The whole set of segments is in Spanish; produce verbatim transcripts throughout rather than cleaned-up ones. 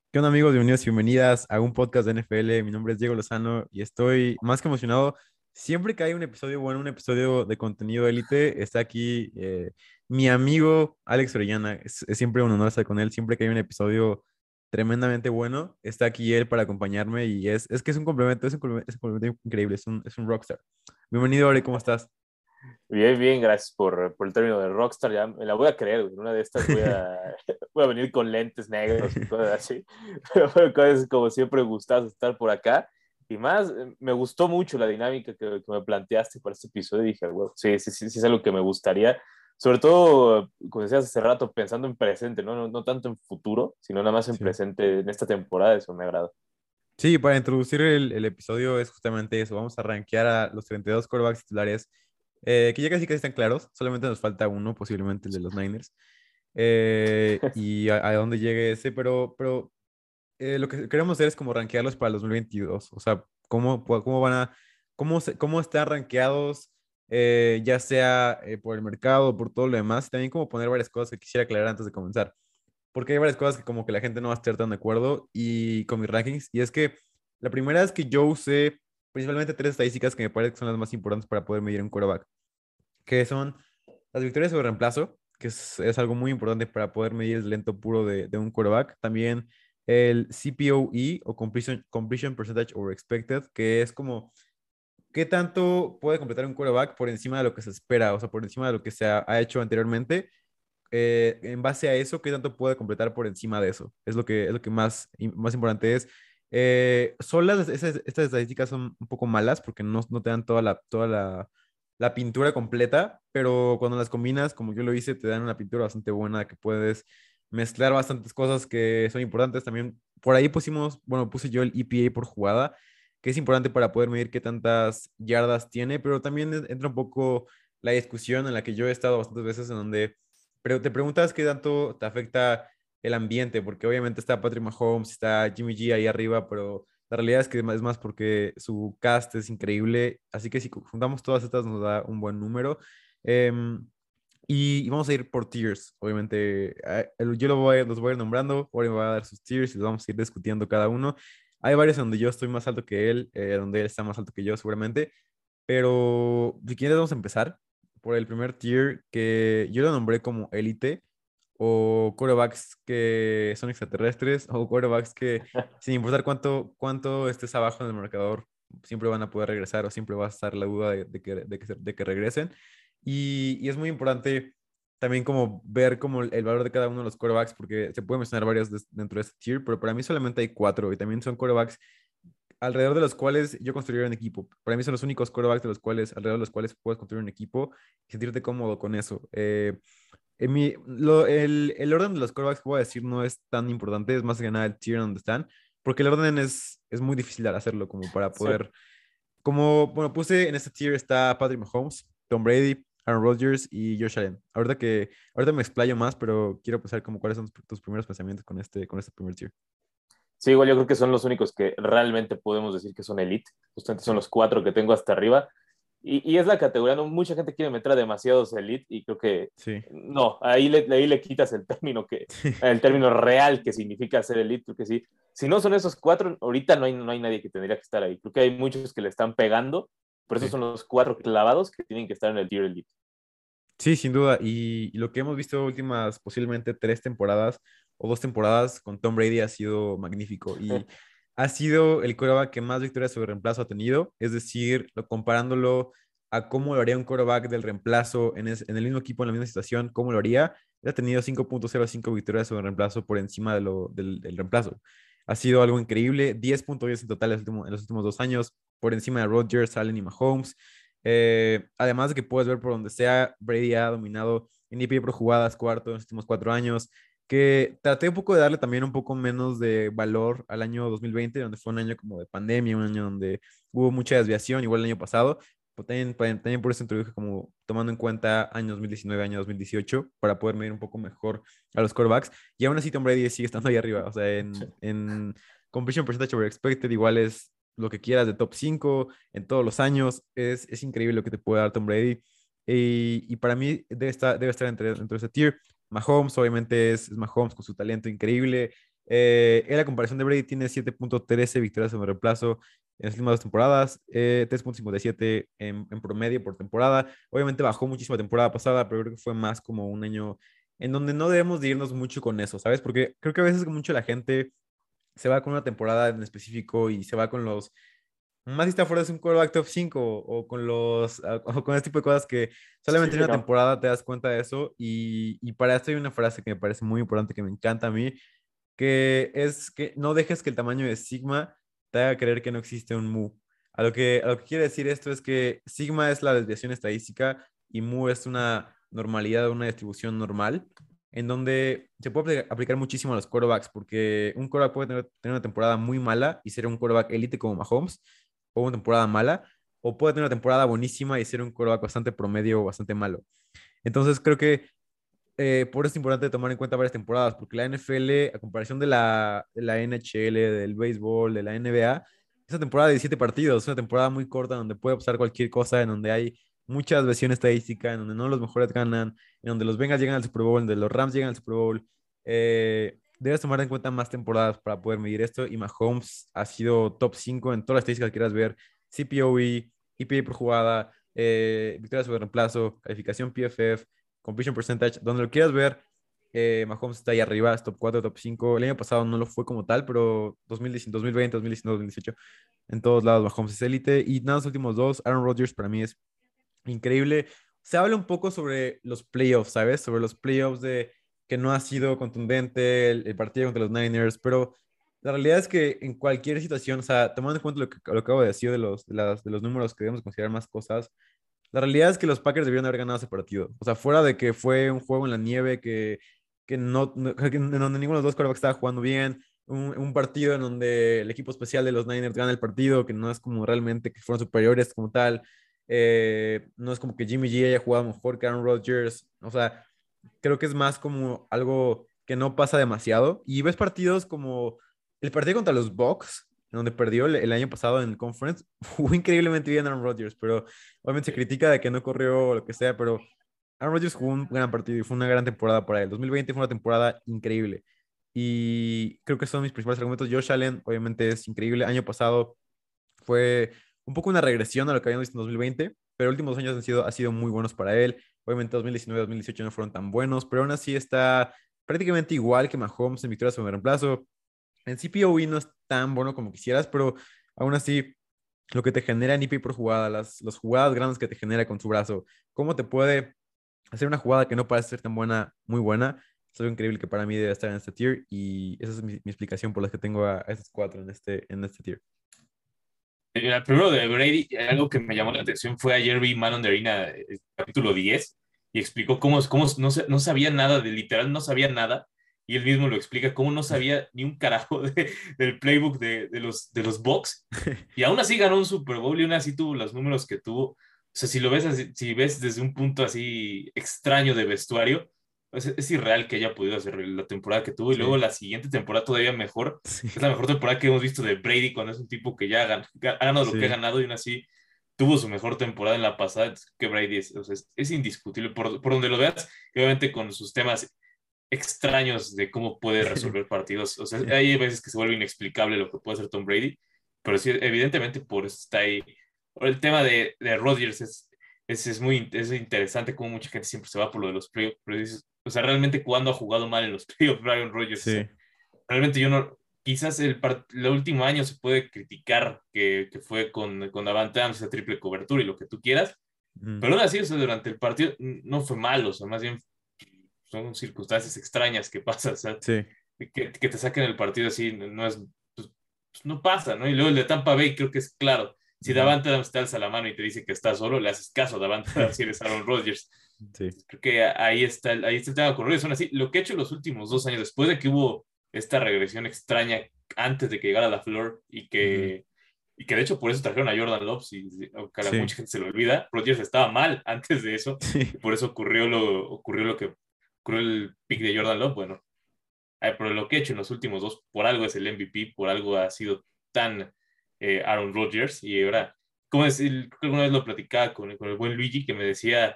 ¿Qué onda amigos? Bienvenidos y bienvenidas a un podcast de N F L. Mi nombre es Diego Lozano y estoy más que emocionado. Siempre que hay un episodio bueno, un episodio de contenido élite, está aquí eh, mi amigo Alex Orellana. Es, es siempre un honor estar con él. Siempre que hay un episodio tremendamente bueno, está aquí él para acompañarme y es, es que es un complemento, es un complemento, es un complemento increíble, es un, es un rockstar. Bienvenido, Ore, ¿cómo estás? Bien, bien, gracias por, por el término de Rockstar. Ya me la voy a creer, güey. En una de estas voy a, voy a venir con lentes negros y cosas así. Pero bueno, cosas como siempre, gustazo estar por acá. Y más, eh, me gustó mucho la dinámica que, que me planteaste para este episodio. Y dije, bueno, sí, sí, sí, sí, es algo que me gustaría. Sobre todo, como decías hace rato, pensando en presente, ¿no? No, no tanto en futuro, sino nada más en Sí. presente en esta temporada. Eso me agrada. Sí, para introducir el, el episodio es justamente eso. Vamos a rankear a los treinta y dos quarterbacks titulares, eh, que ya casi casi están claros. Solamente nos falta uno, posiblemente el de los Niners. Eh, y a, a dónde llegue ese, pero, pero eh, lo que queremos hacer es como rankearlos para el dos mil veintidós. O sea, cómo, pu- cómo van a, cómo, se- cómo están rankeados, eh, ya sea eh, por el mercado o por todo lo demás. Y también como poner varias cosas que quisiera aclarar antes de comenzar porque hay varias cosas que como que la gente no va a estar tan de acuerdo y con mis rankings. Y es que la primera es que yo usé principalmente tres estadísticas que me parece que son las más importantes para poder medir un quarterback, que son las victorias sobre reemplazo, que es, es algo muy importante para poder medir el talento puro de, de un quarterback. También el C P O E o Completion, Completion Percentage Over Expected, que es como qué tanto puede completar un quarterback por encima de lo que se espera, o sea, por encima de lo que se ha, ha hecho anteriormente eh, en base a eso, ¿qué tanto puede completar por encima de eso? Es lo que, es lo que más, más importante es. Eh, solas, esas, estas estadísticas son un poco malas porque no, no te dan toda la, toda la, la pintura completa, pero cuando las combinas, como yo lo hice, te dan una pintura bastante buena que puedes mezclar bastantes cosas que son importantes. También por ahí pusimos, bueno, puse yo el E P A por jugada, que es importante para poder medir qué tantas yardas tiene, pero también entra un poco la discusión en la que yo he estado bastantes veces en donde pero te preguntas qué tanto te afecta el ambiente, porque obviamente está Patrick Mahomes, está Jimmy G ahí arriba, pero la realidad es que es más porque su cast es increíble, así que si juntamos todas estas nos da un buen número. Em, y, y vamos a ir por tiers, obviamente. eh, el- Yo lo voy, a- los voy a ir nombrando, Ori me va a dar sus tiers y los vamos a ir discutiendo cada uno. Hay varios donde yo estoy más alto que él, eh, donde él está más alto que yo seguramente, pero si quieres vamos a empezar por el primer tier que yo lo nombré como élite o quarterbacks que son extraterrestres o quarterbacks que sin importar cuánto, cuánto estés abajo en el marcador, siempre van a poder regresar o siempre va a estar la duda de, de que, de que, se- de que regresen. Y, y es muy importante también como ver como el, el valor de cada uno de los quarterbacks porque se pueden mencionar varios des- dentro de este tier, pero para mí solamente hay cuatro y también son quarterbacks alrededor de los cuales yo construiría un equipo. Para mí son los únicos quarterbacks de los cuales, alrededor de los cuales puedes construir un equipo y sentirte cómodo con eso. Eh, en mi, lo- el, el orden de los quarterbacks que voy a decir no es tan importante, es más que nada el tier donde están, porque el orden es, es muy difícil de hacerlo como para Sí. poder, como, bueno, puse en este tier está Patrick Mahomes, Tom Brady, Aaron Rodgers y Josh Allen. Ahorita que, ahorita me explayo más, pero quiero pensar como cuáles son tus primeros pensamientos con este, con este primer tier. Sí, igual yo creo que son los únicos que realmente podemos decir que son elite. Justamente son Sí, los cuatro que tengo hasta arriba. Y, y es la categoría, ¿no? Mucha gente quiere meter a demasiados elite y creo que sí. no, ahí le, ahí le quitas el término, que, el término real que significa ser elite. Creo que sí. Si no son esos cuatro, ahorita no hay, no hay nadie que tendría que estar ahí. Creo que hay muchos que le están pegando, por eso Sí. son los cuatro clavados que tienen que estar en el tier elite. Sí, sin duda. Y, y lo que hemos visto últimas posiblemente tres temporadas o dos temporadas con Tom Brady ha sido magnífico y ha sido el quarterback que más victorias sobre reemplazo ha tenido. Es decir, lo- comparándolo a cómo lo haría un quarterback del reemplazo en, es- en el mismo equipo, en la misma situación, cómo lo haría. Él ha tenido cinco punto cero cinco victorias sobre reemplazo por encima de lo, del, del reemplazo. Ha sido algo increíble. diez punto diez en total en los últimos, en los últimos dos años, por encima de Rodgers, Allen y Mahomes. Eh, además de que puedes ver por donde sea, Brady ha dominado en I P A por jugadas cuarto en los últimos cuatro años, que traté un poco de darle también un poco menos de valor al año dos mil veinte, donde fue un año como de pandemia, un año donde hubo mucha desviación, igual el año pasado, pero también, también también por eso introduje como tomando en cuenta año dos mil diecinueve, año dos mil dieciocho, para poder medir un poco mejor a los quarterbacks, y aún así Tom Brady sigue estando ahí arriba, o sea, en, en completion percentage over expected igual es lo que quieras de top cinco en todos los años. Es, es increíble lo que te puede dar Tom Brady. Y, y para mí debe estar, debe estar entre, dentro de ese tier. Mahomes, obviamente, es, es Mahomes con su talento increíble. Eh, en la comparación de Brady tiene siete punto trece victorias sobre reemplazo en las últimas dos temporadas, eh, tres punto cincuenta y siete en, en promedio por temporada. Obviamente bajó muchísimo la temporada pasada, pero creo que fue más como un año en donde no debemos de irnos mucho con eso, ¿sabes? Porque creo que a veces mucho la gente se va con una temporada en específico y se va con los más si está fuera es un quarterback top cinco o con los ah, o con este tipo de cosas que Sí, solamente en una no. temporada te das cuenta de eso y, y para esto hay una frase que me parece muy importante que me encanta a mí que es que no dejes que el tamaño de sigma te haga creer que no existe un mu. A lo que, a lo que quiere decir esto es que sigma es la desviación estadística y mu es una normalidad, una distribución normal, en donde se puede aplicar muchísimo a los quarterbacks, porque un quarterback puede tener, tener una temporada muy mala y ser un quarterback elite como Mahomes, o una temporada mala, o puede tener una temporada buenísima y ser un quarterback bastante promedio o bastante malo. Entonces creo que eh, por eso es importante tomar en cuenta varias temporadas, porque la N F L, a comparación de la, de la N H L, del béisbol, de la N B A, es una temporada de diecisiete partidos, es una temporada muy corta donde puede pasar cualquier cosa, en donde hay muchas versiones estadísticas, en donde no los mejores ganan, en donde los Bengals llegan al Super Bowl, en donde los Rams llegan al Super Bowl. Eh, debes tomar en cuenta más temporadas para poder medir esto, y Mahomes ha sido top cinco en todas las estadísticas que quieras ver, C P O E, E P A por jugada, eh, victorias sobre reemplazo, calificación P F F, completion percentage, donde lo quieras ver, eh, Mahomes está ahí arriba, es top cuatro, top cinco. El año pasado no lo fue como tal, pero dos mil diez, dos mil veinte, dos mil diecinueve, dos mil dieciocho, en todos lados Mahomes es élite. Y nada, los últimos dos, Aaron Rodgers para mí es increíble. Se habla un poco sobre los playoffs, ¿sabes? Sobre los playoffs de que no ha sido contundente el, el partido contra los Niners, pero la realidad es que en cualquier situación, o sea, tomando en cuenta lo que, lo que acabo de decir de los, de, las, de los números que debemos considerar más cosas, la realidad es que los Packers debieron haber ganado ese partido. O sea, fuera de que fue un juego en la nieve que, que no, no- que en donde ninguno de los dos quarterbacks estaba jugando bien, un, un partido en donde el equipo especial de los Niners gana el partido, que no es como realmente que fueron superiores como tal. Eh, no es como que Jimmy G haya jugado mejor que Aaron Rodgers. O sea, creo que es más como algo que no pasa demasiado. Y ves partidos como el partido contra los Bucks, donde perdió el, el año pasado en el Conference, jugó increíblemente bien Aaron Rodgers, pero obviamente se Sí. critica de que no corrió o lo que sea, pero Aaron Rodgers jugó un gran partido y fue una gran temporada para él. dos mil veinte fue una temporada increíble. Y creo que son mis principales argumentos. Josh Allen, obviamente, es increíble. Año pasado fue un poco una regresión a lo que habíamos visto en dos mil veinte, pero los últimos años han sido, han sido muy buenos para él. Obviamente dos mil diecinueve, dos mil dieciocho no fueron tan buenos, pero aún así está prácticamente igual que Mahomes en victorias sobre reemplazo. En C P O E no es tan bueno como quisieras, pero aún así lo que te genera en I P por jugada, las, las jugadas grandes que te genera con su brazo, cómo te puede hacer una jugada que no parece ser tan buena, muy buena, es algo increíble que para mí debe estar en este tier y esa es mi, mi explicación por la que tengo a, a estos cuatro en este, en este tier. El primero de Brady, algo que me llamó la atención fue ayer vi Man on the Arena, el capítulo diez y explicó cómo, cómo no, no sabía nada, de literal no sabía nada, y él mismo lo explica, cómo no sabía ni un carajo de, del playbook de, de, los, de los Bucks, y aún así ganó un Super Bowl y aún así tuvo los números que tuvo. O sea, si lo ves así, si ves desde un punto así extraño de vestuario, es, es irreal que haya podido hacer la temporada que tuvo, y luego Sí, la siguiente temporada todavía mejor. sí, Es la mejor temporada que hemos visto de Brady cuando es un tipo que ya ha gan- ha ganado lo que ha sí. ganado y aún así tuvo su mejor temporada en la pasada. Entonces, que Brady es, o sea, es, es indiscutible por, por donde lo veas, y obviamente con sus temas extraños de cómo puede resolver partidos. O sea, hay veces que se vuelve inexplicable lo que puede hacer Tom Brady, pero sí, evidentemente por eso está ahí. El tema de, de Rodgers es, es, es muy es interesante como mucha gente siempre se va por lo de los playoffs, pero dices, o sea, realmente cuando ha jugado mal en los playoffs Brian Rodgers. O sea, Sí. realmente yo no, quizás el, part, el último año se puede criticar que, que fue con, con Davante Adams, esa triple cobertura y lo que tú quieras, Mm, pero aún así, o sea, durante el partido no fue malo, o sea, más bien son circunstancias extrañas que pasan, o sea, sí. que, que te saquen el partido así, no es, pues, pues, no pasa, ¿no? Y luego el de Tampa Bay creo que es claro, si Ujú. Davante Adams te alza la mano y te dice que está solo, le haces caso a Davante Adams si eres Aaron Rodgers. Sí. Creo que ahí está, el- ahí está el tema con Rodgers. Son así, lo que ha hecho los últimos dos años, después de que hubo esta regresión extraña antes de que llegara la Flor y Ujú. que, y que de hecho por eso trajeron a Jordan Love, y aunque a la Sí. mucha gente se lo olvida, Rodgers estaba mal antes de eso Sí. y por eso ocurrió lo, ocurrió lo que ocurrió el pick de Jordan Love. Bueno, eh, pero lo que ha hecho en los últimos dos, por algo es el M V P, por algo ha sido tan eh, Aaron Rodgers. Y ahora, como decir, creo que una vez lo platicaba con, con el buen Luigi, que me decía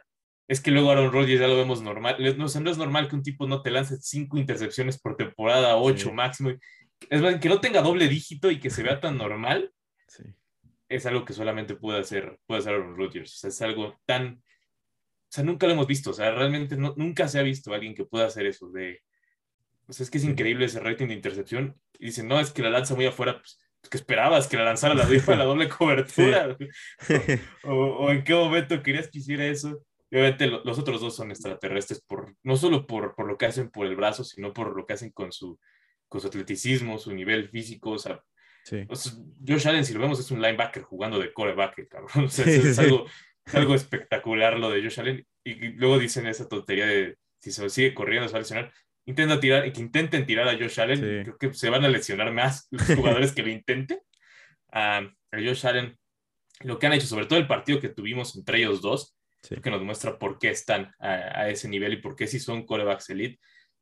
es que luego Aaron Rodgers ya lo vemos normal. No, o sea, no es normal que un tipo no te lance cinco intercepciones por temporada, ocho Sí, máximo. Es más, que no tenga doble dígito y que se vea tan normal, sí, es algo que solamente puede hacer, puede hacer Aaron Rodgers. O sea, es algo tan... O sea, nunca lo hemos visto. O sea, realmente no, nunca se ha visto a alguien que pueda hacer eso. De, o sea, es que es sí. increíble ese rating de intercepción. Y dicen, no, es que la lanza muy afuera. Pues, ¿qué esperabas? ¿Que la lanzara la, la doble Sí. cobertura? o, o, o en qué momento querías que hiciera eso? Y obviamente lo, los otros dos son extraterrestres, por, no solo por, por lo que hacen por el brazo, sino por lo que hacen con su, con su atleticismo, su nivel físico. O sea, Sí, o sea, Josh Allen, si lo vemos, es un linebacker jugando de coreback, cabrón. O sea, es, sí, sí, es sí. algo, es algo espectacular lo de Josh Allen. Y, y luego dicen esa tontería de si se sigue corriendo, se va a lesionar. Intenta tirar, que intenten tirar a Josh Allen y Sí. creo que se van a lesionar más los jugadores que lo intenten. A, a Josh Allen, lo que han hecho, sobre todo el partido que tuvimos entre ellos dos, Sí, creo que nos muestra por qué están a, a ese nivel y por qué sí son corebacks elite.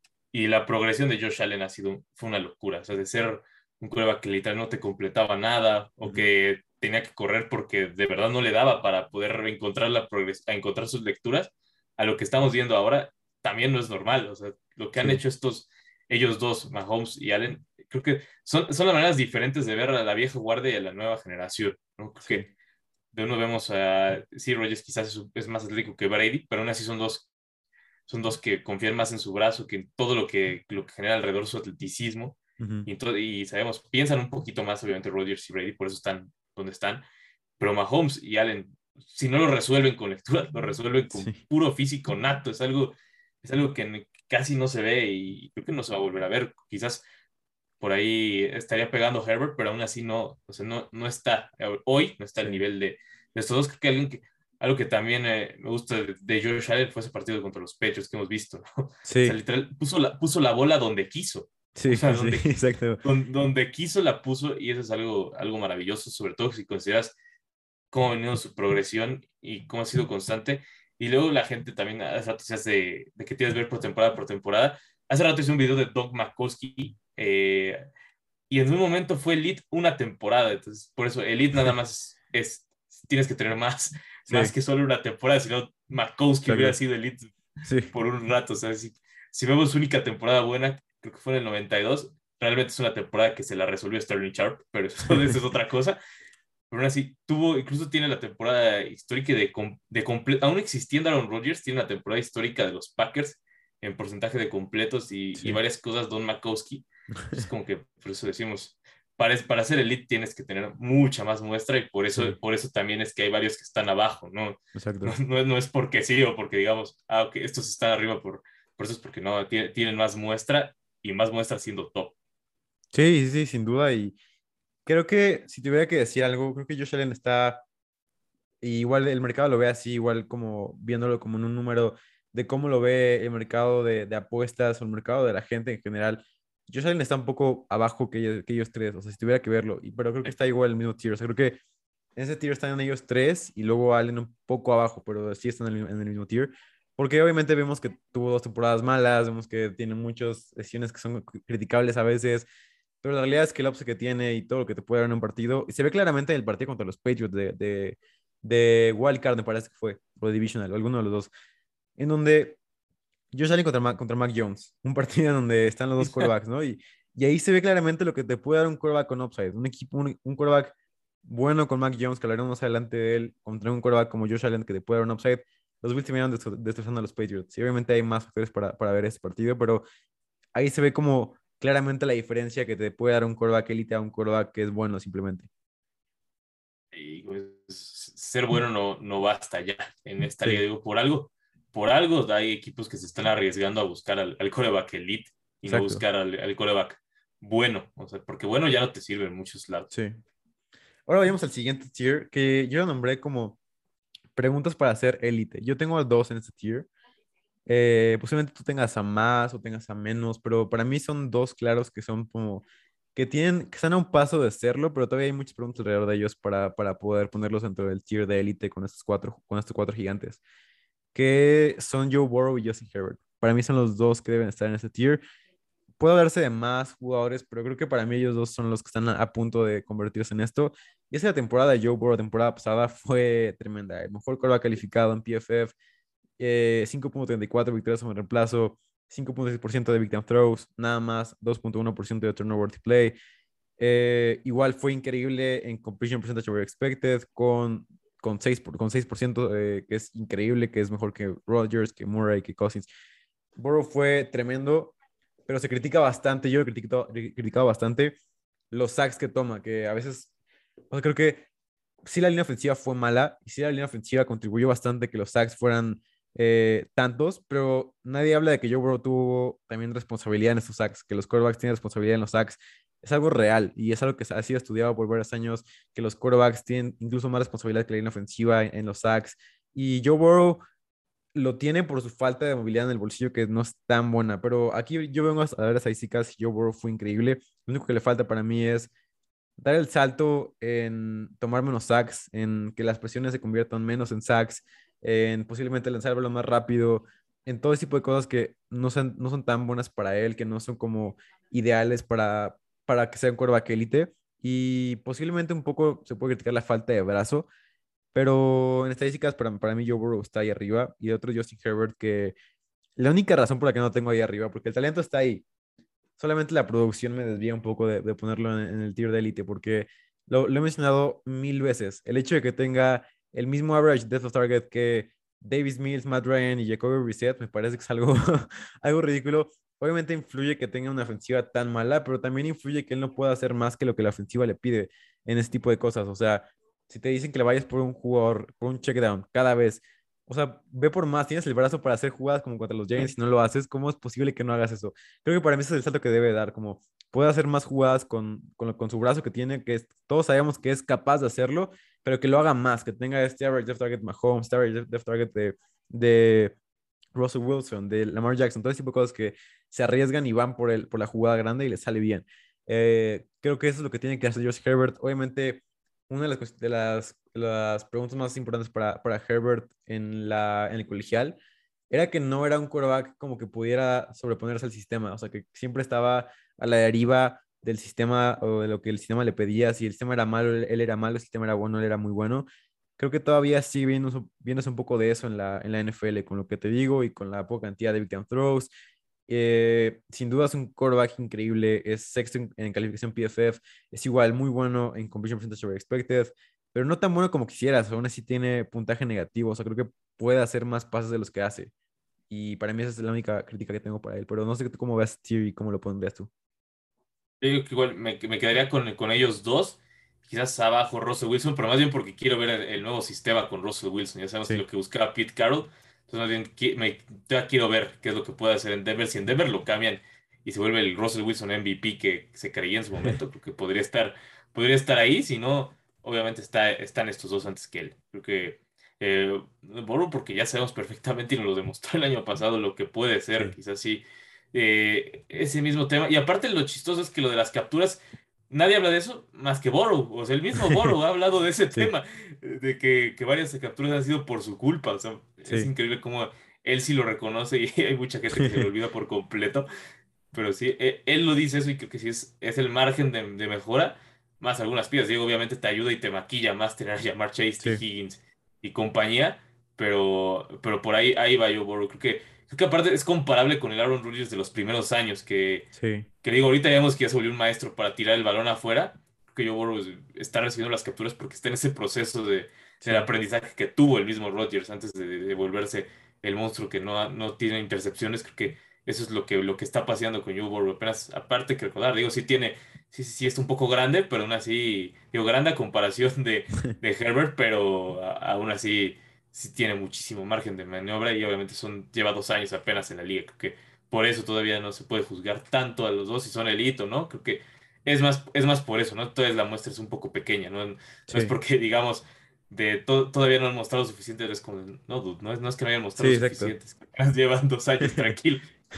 Y la progresión de Josh Allen ha sido, fue una locura. O sea, de ser un coreback que literal no te completaba nada o ujú, que tenía que correr porque de verdad no le daba para poder encontrar, la progres a encontrar sus lecturas, a lo que estamos viendo ahora también no es normal. O sea, lo que han sí, hecho estos, ellos dos, Mahomes y Allen, creo que son, son las maneras diferentes de ver a la vieja guardia y a la nueva generación, ¿no? Creo sí, que de uno vemos a, sí, Rogers quizás es, es más atlético que Brady, pero aún así son dos son dos que confían más en su brazo que en todo lo que, lo que genera alrededor su atleticismo. ujú, Y, to- y sabemos, piensan un poquito más, obviamente, Rodgers y Brady, por eso están donde están. Pero Mahomes y Allen, si no lo resuelven con lectura, lo resuelven con sí, puro físico nato. Es algo, es algo que casi no se ve y creo que no se va a volver a ver. Quizás por ahí estaría pegando Herbert, pero aún así no, o sea, no, no está, hoy no está al sí, nivel de, de estos dos. Creo que alguien que, algo que también eh, me gusta de, de Josh Allen fue ese partido contra los Pechos que hemos visto, ¿no? O sea, sí, literal, puso la, puso la bola donde quiso, o sí, sea, sí, donde, exacto. donde, donde quiso la puso y eso es algo, algo maravilloso, sobre todo si consideras cómo ha venido su progresión y cómo ha sido constante. Y luego la gente también hace rato se hace de que tienes que ver por temporada por temporada. Hace rato hice un video de Doug Makowski, eh, y en un momento fue Elite una temporada, entonces por eso Elite nada más es, es tienes que tener más, más Sí, que solo una temporada, sino Makowski hubiera exacto. sido Elite Sí, por un rato, o sea, si, si vemos su única temporada buena, creo que fue en el noventa y dos, realmente es una temporada que se la resolvió Sterling Sharp, pero eso, eso es otra cosa, pero aún así, tuvo, incluso tiene la temporada histórica de, de completo, aún existiendo Aaron Rodgers, tiene la temporada histórica de los Packers en porcentaje de completos y, y sí. varias cosas, Don Makowski. Es como que por eso decimos, para, para ser elite tienes que tener mucha más muestra y por eso, Sí, por eso también es que hay varios que están abajo, ¿no? No, exacto. no, es- no es porque sí o porque digamos, ah, ok, estos están arriba por, por eso es porque no, tiene- tienen más muestra y más muestra siendo top. Sí, sí, sí, sin duda. Y creo que si tuviera que decir algo, creo que Josh Allen está, y igual el mercado lo ve así, igual como viéndolo como en un número de cómo lo ve el mercado de, de apuestas o el mercado de la gente en general. Josh Allen está un poco abajo que ellos, que ellos tres, o sea, si tuviera que verlo, y, pero creo que Eh, está igual en el mismo tier. O sea, creo que en ese tier están ellos tres y luego Allen un poco abajo, pero sí están en el, en el mismo tier. Porque obviamente vemos que tuvo dos temporadas malas, vemos que tiene muchas lesiones que son criticables a veces, pero la realidad es que el upside que tiene y todo lo que te puede dar en un partido, y se ve claramente en el partido contra los Patriots de, de, de Wild Card, me parece que fue, o de Divisional, o alguno de los dos, en donde yo salí contra, Mac- contra Mac Jones, un partido en donde están los dos quarterbacks, ¿no? Y, y ahí se ve claramente lo que te puede dar un quarterback con upside, un equipo, un, un quarterback bueno con Mac Jones, que hablaremos más adelante de él, contra un quarterback como Josh Allen que te puede dar un upside. Los Bills terminaron destro- destrozando a los Patriots. Y obviamente hay más factores para, para ver este partido, pero ahí se ve como claramente la diferencia que te puede dar un quarterback élite a un quarterback que es bueno simplemente. Y pues, ser bueno no, no basta ya en esta liga. Sí, Digo, por algo, por algo hay equipos que se están arriesgando a buscar al, al coreback elite y no exacto. buscar al, al coreback bueno. O sea, porque bueno ya no te sirve en muchos lados. Sí. Ahora vayamos al siguiente tier, que yo lo nombré como preguntas para ser élite. Yo tengo dos en este tier. Eh, posiblemente tú tengas a más o tengas a menos, pero para mí son dos claros que son como que tienen, que están a un paso de serlo, pero todavía hay muchas preguntas alrededor de ellos para, para poder ponerlos dentro del tier de élite con estos cuatro, con estos cuatro gigantes, que son Joe Burrow y Justin Herbert. Para mí son los dos que deben estar en este tier. Puede hablarse de más jugadores, pero creo que para mí ellos dos son los que están a, a punto de convertirse en esto. Y esa temporada de Joe Burrow, temporada pasada, fue tremenda. El mejor quarterback calificado en P F F, eh, cinco punto treinta y cuatro victorias sobre reemplazo, cinco punto seis por ciento de big time throws, nada más, dos punto uno por ciento de turnover to play. Eh, igual fue increíble en completion percentage over expected con, con seis por, con seis por ciento, eh, que es increíble, que es mejor que Rodgers, que Murray, que Cousins. Burrow fue tremendo, pero se critica bastante, yo he criticado, he criticado bastante los sacks que toma, que a veces, o sea, creo que sí la línea ofensiva fue mala, y sí la línea ofensiva contribuyó bastante que los sacks fueran eh, tantos, pero nadie habla de que Joe Burrow tuvo también responsabilidad en esos sacks, que los quarterbacks tienen responsabilidad en los sacks. Es algo real y es algo que ha sido estudiado por varios años, que los quarterbacks tienen incluso más responsabilidad que la línea ofensiva en, en los sacks. Y Joe Burrow lo tiene por su falta de movilidad en el bolsillo, que no es tan buena. Pero aquí yo vengo a ver estadísticas y Joe Burrow fue increíble. Lo único que le falta para mí es dar el salto en tomar menos sacks, en que las presiones se conviertan menos en sacks, en posiblemente lanzar el balón más rápido, en todo ese tipo de cosas que no son, no son tan buenas para él, que no son como ideales para, para que sea un quarterback élite. Y posiblemente un poco se puede criticar la falta de brazo, pero en estadísticas para, para mí Joe Burrow está ahí arriba y de otro Justin Herbert que la única razón por la que no tengo ahí arriba, porque el talento está ahí, solamente la producción me desvía un poco de, de ponerlo en, en el tier de élite, porque lo, lo he mencionado mil veces. El hecho de que tenga el mismo average depth of target que Davis Mills, Matt Ryan y Jacoby Brissett me parece que es algo, algo ridículo. Obviamente influye que tenga una ofensiva tan mala, pero también influye que él no pueda hacer más que lo que la ofensiva le pide en ese tipo de cosas. O sea, si te dicen que le vayas por un jugador, por un check down cada vez, o sea, ve por más, tienes el brazo para hacer jugadas como contra los Giants y no lo haces, ¿cómo es posible que no hagas eso? Creo que para mí ese es el salto que debe dar, como puede hacer más jugadas con, con, con su brazo que tiene, que es, todos sabemos que es capaz de hacerlo, pero que lo haga más, que tenga este average depth target Mahomes, este average depth target de, de Russell Wilson, de Lamar Jackson, todo ese tipo de cosas que se arriesgan y van por, el, por la jugada grande y les sale bien. Eh, creo que eso es lo que tiene que hacer Josh Herbert. Obviamente, una de las, de las, de las preguntas más importantes para, para Herbert en, la, en el colegial era que no era un quarterback como que pudiera sobreponerse al sistema, o sea, que siempre estaba a la deriva del sistema o de lo que el sistema le pedía. Si el sistema era malo, él, él era malo, el sistema era bueno, él era muy bueno. Creo que todavía sigue viendo, viéndose un poco de eso en la, en la N F L, con lo que te digo y con la poca cantidad de big time throws. Eh, sin duda es un quarterback increíble, es sexto en, en calificación P F F, es igual muy bueno en completion percentage over expected, pero no tan bueno como quisieras, aún así tiene puntaje negativo, o sea, creo que puede hacer más pases de los que hace. Y para mí esa es la única crítica que tengo para él, pero no sé tú cómo ves Thierry, cómo lo pondrías tú. Yo digo que igual me, me quedaría con, con ellos dos, quizás abajo Russell Wilson, pero más bien porque quiero ver el, el nuevo sistema con Russell Wilson. Ya sabemos que Sí, lo que buscaba Pete Carroll, entonces más bien qui- me, ya quiero ver qué es lo que puede hacer en Denver. Si en Denver lo cambian y se vuelve el Russell Wilson M V P que se creía en su momento, creo que podría estar, podría estar ahí. Si no, obviamente está, están estos dos antes que él. Creo que eh, Burrow, porque ya sabemos perfectamente y nos lo demostró el año pasado lo que puede ser, sí, quizás sí eh, ese mismo tema. Y aparte lo chistoso es que lo de las capturas, nadie habla de eso más que Boro. O sea, el mismo Boro ha hablado de ese sí, tema, eh, de que, que varias capturas han sido por su culpa. O sea, es sí, increíble cómo él sí lo reconoce y hay mucha gente que se lo olvida por completo. Pero sí, e- él, lo dice eso y creo que sí es, es el margen de, de mejora, más algunas piezas. Digo, obviamente te ayuda y te maquilla más tener a llamar Chase, T. sí, Higgins y compañía, pero, pero por ahí, ahí va yo, Burrow. Creo que, creo que aparte es comparable con el Aaron Rodgers de los primeros años, que, sí, que digo, ahorita ya vemos que ya se volvió un maestro para tirar el balón afuera. Creo que yo, Burrow, es- está recibiendo las capturas porque está en ese proceso de, del sí, aprendizaje que tuvo el mismo Rodgers antes de, de volverse el monstruo que no, no tiene intercepciones. Creo que eso es lo que, lo que está paseando con Joe Burrow. Apenas, aparte que recordar, digo, sí tiene, sí, sí, sí está un poco grande, pero aún así, digo, grande a comparación de, de Herbert, pero a- aún así sí tiene muchísimo margen de maniobra y obviamente son, lleva dos años apenas en la liga. Creo que por eso todavía no se puede juzgar tanto a los dos si son elite o no. Creo que es más, es más por eso, ¿no? Entonces la muestra es un poco pequeña, ¿no? No es sí, porque, digamos, de to- todavía no han mostrado suficiente, es como, no, dude, no es, no es que no hayan sí, mostrado exacto. suficientes, que apenas llevan dos años, tranquilo.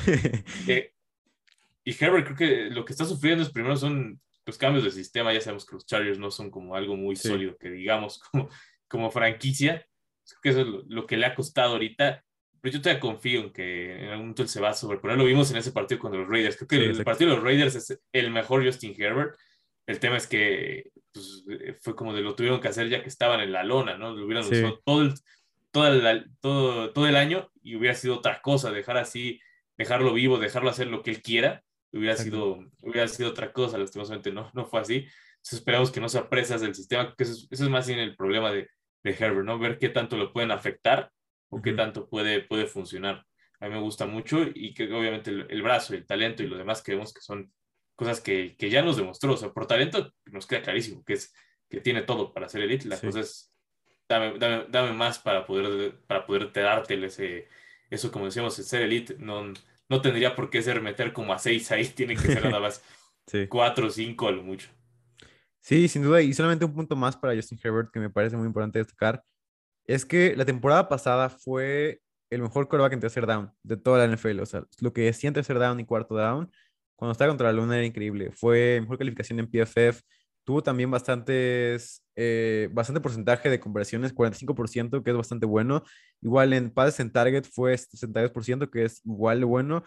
Eh, y Herbert creo que lo que está sufriendo es primero son los cambios de sistema. Ya sabemos que los Chargers no son como algo muy Sí, sólido, que digamos, como, como franquicia. Creo que eso es lo, lo que le ha costado ahorita. Pero yo todavía confío en que en algún momento él se va a sobreponer. Lo vimos en ese partido contra los Raiders. Creo que sí, el exacto. partido de los Raiders es el mejor Justin Herbert. El tema es que pues, fue como de lo tuvieron que hacer ya que estaban en la lona, ¿no? Lo hubieran Sí, usado todo el, toda la, todo, todo el año y hubiera sido otra cosa, dejar así, dejarlo vivo, dejarlo hacer lo que él quiera, hubiera, sido, hubiera sido otra cosa, lastimosamente no, no fue así. Entonces esperamos que no se apresas del sistema, que eso es, eso es más bien el problema de, de Herbert, ¿no? Ver qué tanto lo pueden afectar o qué Uh-huh. tanto puede, puede funcionar. A mí me gusta mucho y que obviamente el, el brazo, el talento y lo demás que vemos que son cosas que, que ya nos demostró. O sea, por talento nos queda clarísimo que, es, que tiene todo para ser elite. La Sí. cosa es, dame, dame, dame más para poder, para poder darte ese, eso, como decíamos, el ser elite. No, no tendría por qué ser meter como a seis ahí, tiene que ser nada más Sí. cuatro o cinco a lo mucho. Sí, sin duda. Y solamente un punto más para Justin Herbert que me parece muy importante destacar. Es que la temporada pasada fue el mejor quarterback en tercer down de toda la N F L. O sea, lo que decía en tercer down y cuarto down, cuando estaba contra la luna era increíble. Fue mejor calificación en P F F. Tuvo también bastantes, eh, bastante porcentaje de conversiones, cuarenta y cinco por ciento, que es bastante bueno. Igual en passes en target fue sesenta y dos por ciento, que es igual de bueno.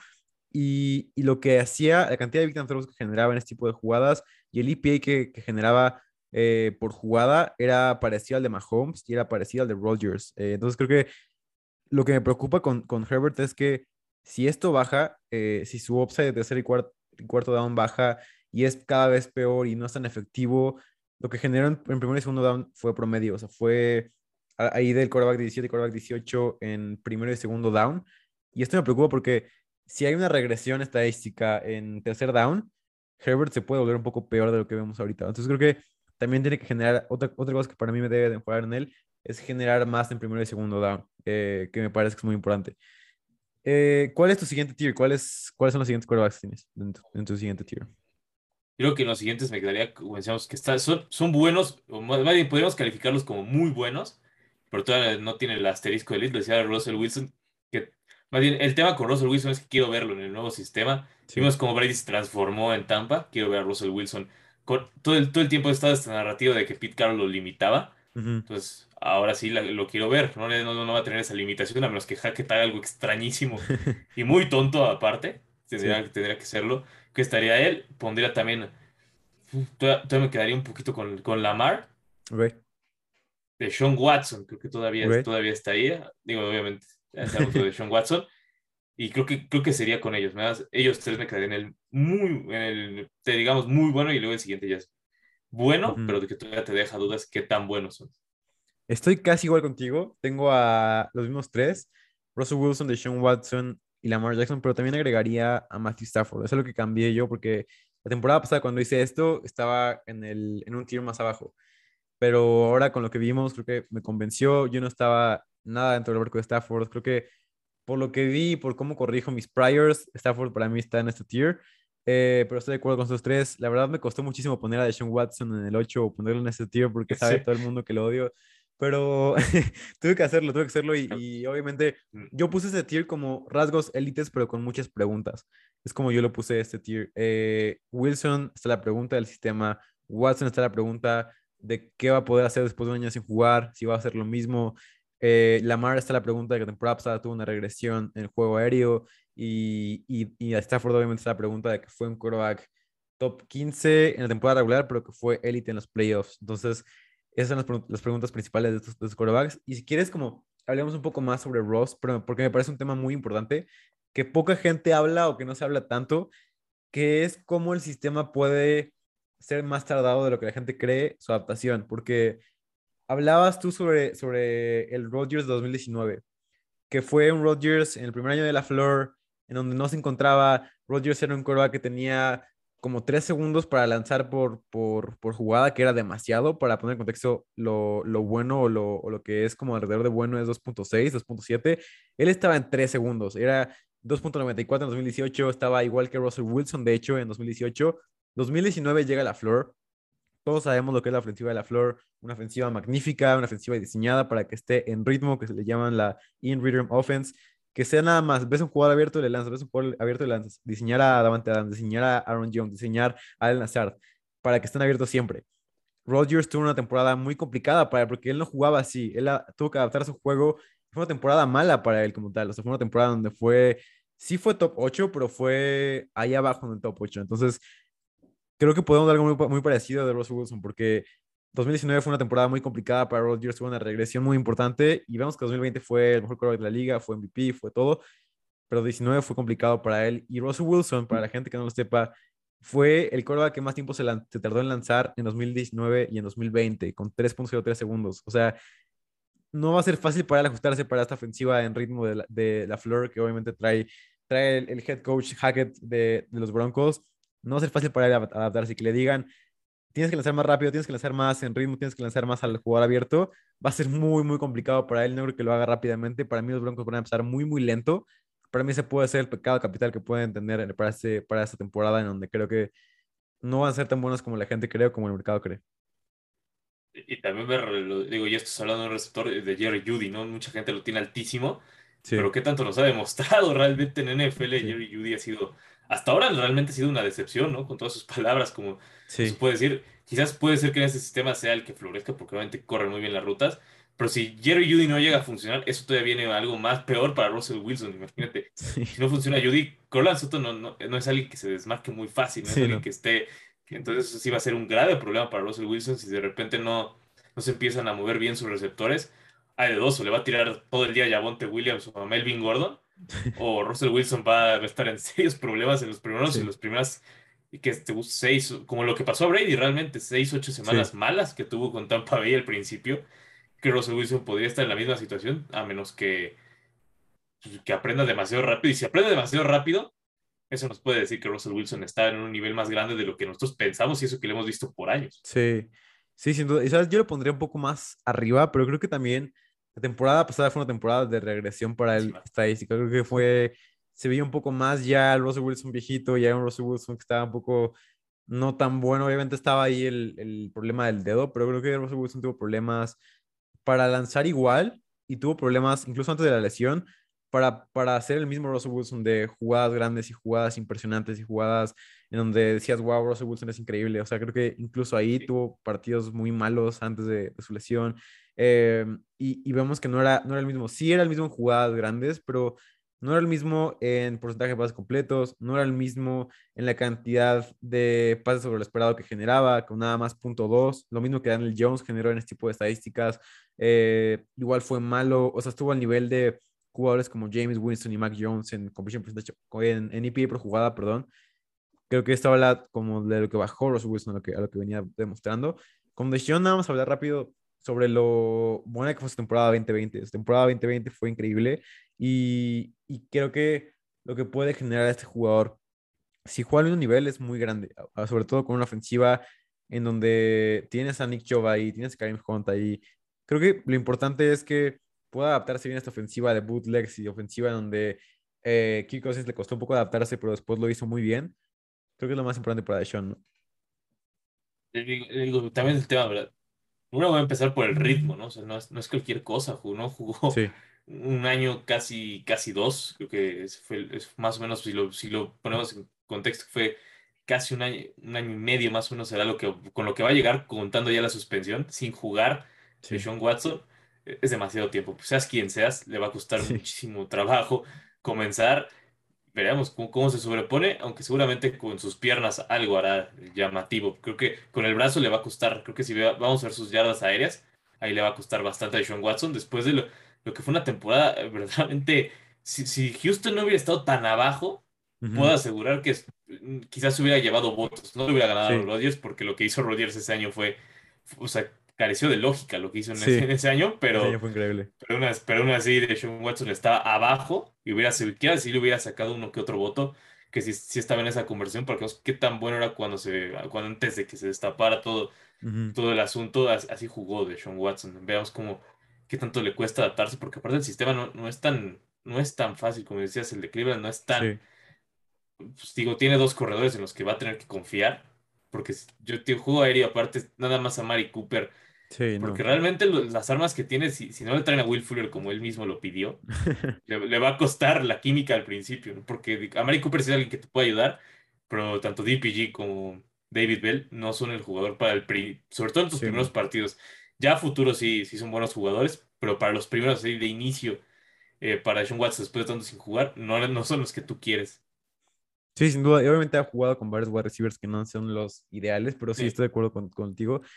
Y, y lo que hacía, la cantidad de big time throws que generaba en este tipo de jugadas y el E P A que, que generaba eh, por jugada era parecido al de Mahomes y era parecido al de Rodgers. Eh, entonces creo que lo que me preocupa con, con Herbert es que si esto baja, eh, si su upside de tercer y cuarto, cuarto down baja y es cada vez peor y no es tan efectivo, lo que generó en, en primer y segundo down fue promedio, o sea, fue a- ahí del quarterback diecisiete y quarterback dieciocho en primero y segundo down. Y esto me preocupa porque si hay una regresión estadística en tercer down, Herbert se puede volver un poco peor de lo que vemos ahorita. Entonces creo que también tiene que generar otra, otra cosa que para mí me debe de mejorar en él, es generar más en primero y segundo down, eh, que me parece que es muy importante. Eh, ¿cuál es tu siguiente tier? ¿Cuáles, ¿Cuáles son los siguientes quarterbacks que tienes en tu, en tu siguiente tier? Creo que en los siguientes me quedaría, como decíamos, que está, son, son buenos, o más más bien podríamos calificarlos como muy buenos, pero todavía no tiene el asterisco de elite. Lo decía Russell Wilson, que más bien el tema con Russell Wilson es que quiero verlo en el nuevo sistema. Sí. Vimos cómo Brady se transformó en Tampa. Quiero ver a Russell Wilson. Con, todo, el, todo el tiempo está esta narrativa de que Pete Carroll lo limitaba. Ujú. Entonces, ahora sí la- lo quiero ver. No, no, no va a tener esa limitación, a menos que Hackett haga algo extrañísimo y muy tonto aparte. Sí. Tendría, tendría que serlo. Que estaría él. Pondría también. Todavía, todavía me quedaría un poquito con, con Lamar, Ok, de Sean Watson, creo que todavía, ok. todavía está ahí. Digo, obviamente, ya sabemos lo de Sean Watson. Y creo que, creo que sería con ellos. ¿Verdad? Ellos tres me quedarían en el muy, en el, te digamos, muy bueno, y luego el siguiente ya es bueno, Ujú. pero de que todavía te deja dudas qué tan buenos son. Estoy casi igual contigo. Tengo a los mismos tres: Russell Wilson, Deshaun Watson y Lamar Jackson, pero también agregaría a Matthew Stafford. Eso es lo que cambié yo porque la temporada pasada cuando hice esto estaba en, el, en un tier más abajo. Pero ahora con lo que vimos, creo que me convenció. Yo no estaba nada dentro del barco de Stafford. Creo que por lo que vi, por cómo corrijo mis priors, Stafford para mí está en este tier. Eh, pero estoy de acuerdo con estos tres. La verdad me costó muchísimo poner a Deshaun Watson en el ocho o ponerlo en este tier porque sabe Sí. todo el mundo que lo odio. Pero tuve que hacerlo, tuve que hacerlo y, y obviamente yo puse este tier como rasgos élites, pero con muchas preguntas. Es como yo lo puse este tier. Eh, Wilson está la pregunta del sistema. Watson está la pregunta de qué va a poder hacer después de un año sin jugar, si va a hacer lo mismo. Eh, Lamar está la pregunta de que la temporada pasada tuvo una regresión en el juego aéreo y, y, y a Stafford obviamente está la pregunta de que fue un quarterback top quince en la temporada regular, pero que fue élite en los playoffs. Entonces, esas son las, pre- las preguntas principales de estos, de estos quarterbacks. Y si quieres, como hablemos un poco más sobre Ross, pero porque me parece un tema muy importante, que poca gente habla o que no se habla tanto, que es cómo el sistema puede ser más tardado de lo que la gente cree su adaptación, porque hablabas tú sobre, sobre el Rodgers dos mil diecinueve, que fue un Rodgers en el primer año de la Flor, en donde no se encontraba. Rodgers era un quarterback que tenía como tres segundos para lanzar por, por, por jugada, que era demasiado para poner en contexto lo, lo bueno o lo, o lo que es como alrededor de bueno es dos punto seis, dos punto siete. Él estaba en tres segundos, era dos punto noventa y cuatro en dos mil dieciocho, estaba igual que Russell Wilson, de hecho, en dos mil dieciocho. dos mil diecinueve llega a la Flor, todos sabemos lo que es la ofensiva de la Flor, una ofensiva magnífica, una ofensiva diseñada para que esté en ritmo, que se le llaman la in-rhythm offense, que sea nada más, ves un jugador abierto y le lanzas, ves un jugador abierto y le lanzas, diseñar a Davante Adams, diseñar a Aaron Jones, diseñar a Allen Lazard, para que estén abiertos siempre. Rodgers tuvo una temporada muy complicada para él, porque él no jugaba así, él a, tuvo que adaptar a su juego, fue una temporada mala para él como tal, o sea, fue una temporada donde fue, sí fue top ocho, pero fue ahí abajo en el top ocho, entonces creo que podemos dar algo muy, muy parecido de Russell Wilson, porque dos mil diecinueve fue una temporada muy complicada para Rodgers, tuvo una regresión muy importante y vemos que dos mil veinte fue el mejor quarterback de la liga, fue M V P, fue todo, pero diecinueve fue complicado para él. Y Russell Wilson, para la gente que no lo sepa, fue el quarterback que más tiempo se, lan- se tardó en lanzar en dos mil diecinueve y en dos mil veinte, con tres punto cero tres segundos. O sea, no va a ser fácil para él ajustarse para esta ofensiva en ritmo de la, de la Fleur, que obviamente trae, trae el, el head coach Hackett de, de los Broncos. No va a ser fácil para él adaptarse, que le digan, tienes que lanzar más rápido, tienes que lanzar más en ritmo, tienes que lanzar más al jugador abierto. Va a ser muy, muy complicado para él. No creo que lo haga rápidamente. Para mí los Broncos van a empezar muy, muy lento. Para mí ese puede ser el pecado capital que pueden tener para, este, para esta temporada, en donde creo que no van a ser tan buenos como la gente cree o como el mercado cree. Y también ver, lo- digo, ya estás hablando de un receptor de Jerry Jeudy, ¿no? Mucha gente lo tiene altísimo, Sí, pero ¿qué tanto nos ha demostrado realmente en N F L? sí, Jerry Jeudy ha sido, hasta ahora realmente ha sido una decepción, ¿no? Con todas sus palabras, como no se sí, puede decir. Quizás puede ser que en este sistema sea el que florezca, porque obviamente corren muy bien las rutas, pero si Jerry Jeudy no llega a funcionar, eso todavía viene algo más peor para Russell Wilson, imagínate. sí, Si no funciona Jeudy, Corland Sutton no, no, no es alguien que se desmarque muy fácil, no es sí, alguien no. que esté... que Entonces eso sí va a ser un grave problema para Russell Wilson si de repente no no se empiezan a mover bien sus receptores, hay de dos, o le va a tirar todo el día a Javonte Williams o a Melvin Gordon, o Russell Wilson va a estar en serios problemas en los primeros y Sí, los primeras, y que este, seis, como lo que pasó a Brady realmente, seis, ocho sí, semanas malas que tuvo con Tampa Bay al principio, que Russell Wilson podría estar en la misma situación, a menos que, pues, que aprenda demasiado rápido, y si aprende demasiado rápido, eso nos puede decir que Russell Wilson está en un nivel más grande de lo que nosotros pensamos y eso que le hemos visto por años. sí, sí, sin duda. Y sabes, yo lo pondría un poco más arriba, pero creo que también la temporada pasada fue una temporada de regresión para el Encima. estadística. Creo que fue, se veía un poco más ya el Russell Wilson viejito, ya un Russell Wilson que estaba un poco no tan bueno. Obviamente estaba ahí el, el problema del dedo, pero creo que Russell Wilson tuvo problemas para lanzar igual y tuvo problemas incluso antes de la lesión para, para hacer el mismo Russell Wilson de jugadas grandes y jugadas impresionantes y jugadas en donde decías, wow, Russell Wilson es increíble. O sea, creo que incluso ahí Sí. tuvo partidos muy malos antes de, de su lesión. Eh, y, y vemos que no era, no era el mismo. Sí era el mismo en jugadas grandes, pero no era el mismo en porcentaje de pases completos, no era el mismo en la cantidad de pases sobre lo esperado que generaba, con nada más punto dos, lo mismo que Daniel Jones generó en este tipo de estadísticas. Eh, igual fue malo, o sea, estuvo al nivel de jugadores como James Winston y Mac Jones en completion percentage, en, en E P A por jugada, perdón. Creo que esto habla como de lo que bajó Russell Wilson, a lo que, a lo que venía demostrando. Con Deshaun, nada más hablar rápido sobre lo buena que fue su temporada dos mil veinte. Su temporada dos mil veinte fue increíble y, y creo que lo que puede generar a este jugador, si juega al mismo nivel, es muy grande, a- sobre todo con una ofensiva en donde tienes a Nick Chubb ahí, tienes a Kareem Hunt ahí. Creo que lo importante es que pueda adaptarse bien a esta ofensiva de bootlegs y ofensiva en donde eh, Kirk Cousins le costó un poco adaptarse, pero después lo hizo muy bien. Creo que es lo más importante para Deshaun, ¿no? Le digo- le digo, también el tema, ¿verdad? Uno va a empezar por el ritmo, ¿no? O sea, no es, no es cualquier cosa, jugó, ¿no? Jugó Sí, un año, casi, casi dos, creo que ese fue el- es más o menos, si lo, si lo ponemos en contexto, fue casi un año, un año y medio más o menos será lo que, con lo que va a llegar contando ya la suspensión, sin jugar de sí, Sean Watson, eh, es demasiado tiempo. Pues seas quien seas, le va a costar sí, muchísimo trabajo comenzar. Veremos cómo, cómo se sobrepone, aunque seguramente con sus piernas algo hará llamativo. Creo que con el brazo le va a costar, creo que si vea- vamos a ver sus yardas aéreas, ahí le va a costar bastante a Sean Watson después de lo, lo que fue una temporada eh, verdaderamente, si, si Houston no hubiera estado tan abajo, puedo ujú, asegurar que es- mm, quizás se hubiera llevado votos, no le hubiera ganado a sí, Rodgers porque lo que hizo Rodgers ese año fue, o sea, careció de lógica lo que hizo en ese, en sí. ese año, Ese pero... año fue increíble. Pero aún así, pero aún así de Sean Watson estaba abajo y hubiera siquiera si le hubiera sacado uno que otro voto, que sí, sí estaba en esa conversión, porque no sé qué tan bueno era cuando se, cuando antes de que se destapara todo, Ujú, todo el asunto, as- así jugó de Sean Watson. Veamos cómo, qué tanto le cuesta adaptarse, porque aparte el sistema no, no es tan, no es tan fácil, como decías, el de Cleveland no es tan, sí, pues, digo, tiene dos corredores en los que va a tener que confiar, porque si- yo te juego aéreo aparte, nada más a Mari Cooper sí, porque no. realmente lo- las armas que tiene, si, si no le traen a Will Fuller como él mismo lo pidió, le, le va a costar la química al principio, ¿no? Porque a Mari Cooper sí es alguien que te puede ayudar, pero tanto D P G como David Bell no son el jugador para el pri- sobre todo en tus Sí, primeros no. partidos. Ya a futuro sí, sí son buenos jugadores, pero para los primeros así de inicio, eh, para Sean Watson después de tanto sin jugar, no, no son los que tú quieres. Sí, sin duda. Y obviamente ha jugado con varios wide receivers que no son los ideales, pero sí Sí. estoy de acuerdo con- contigo.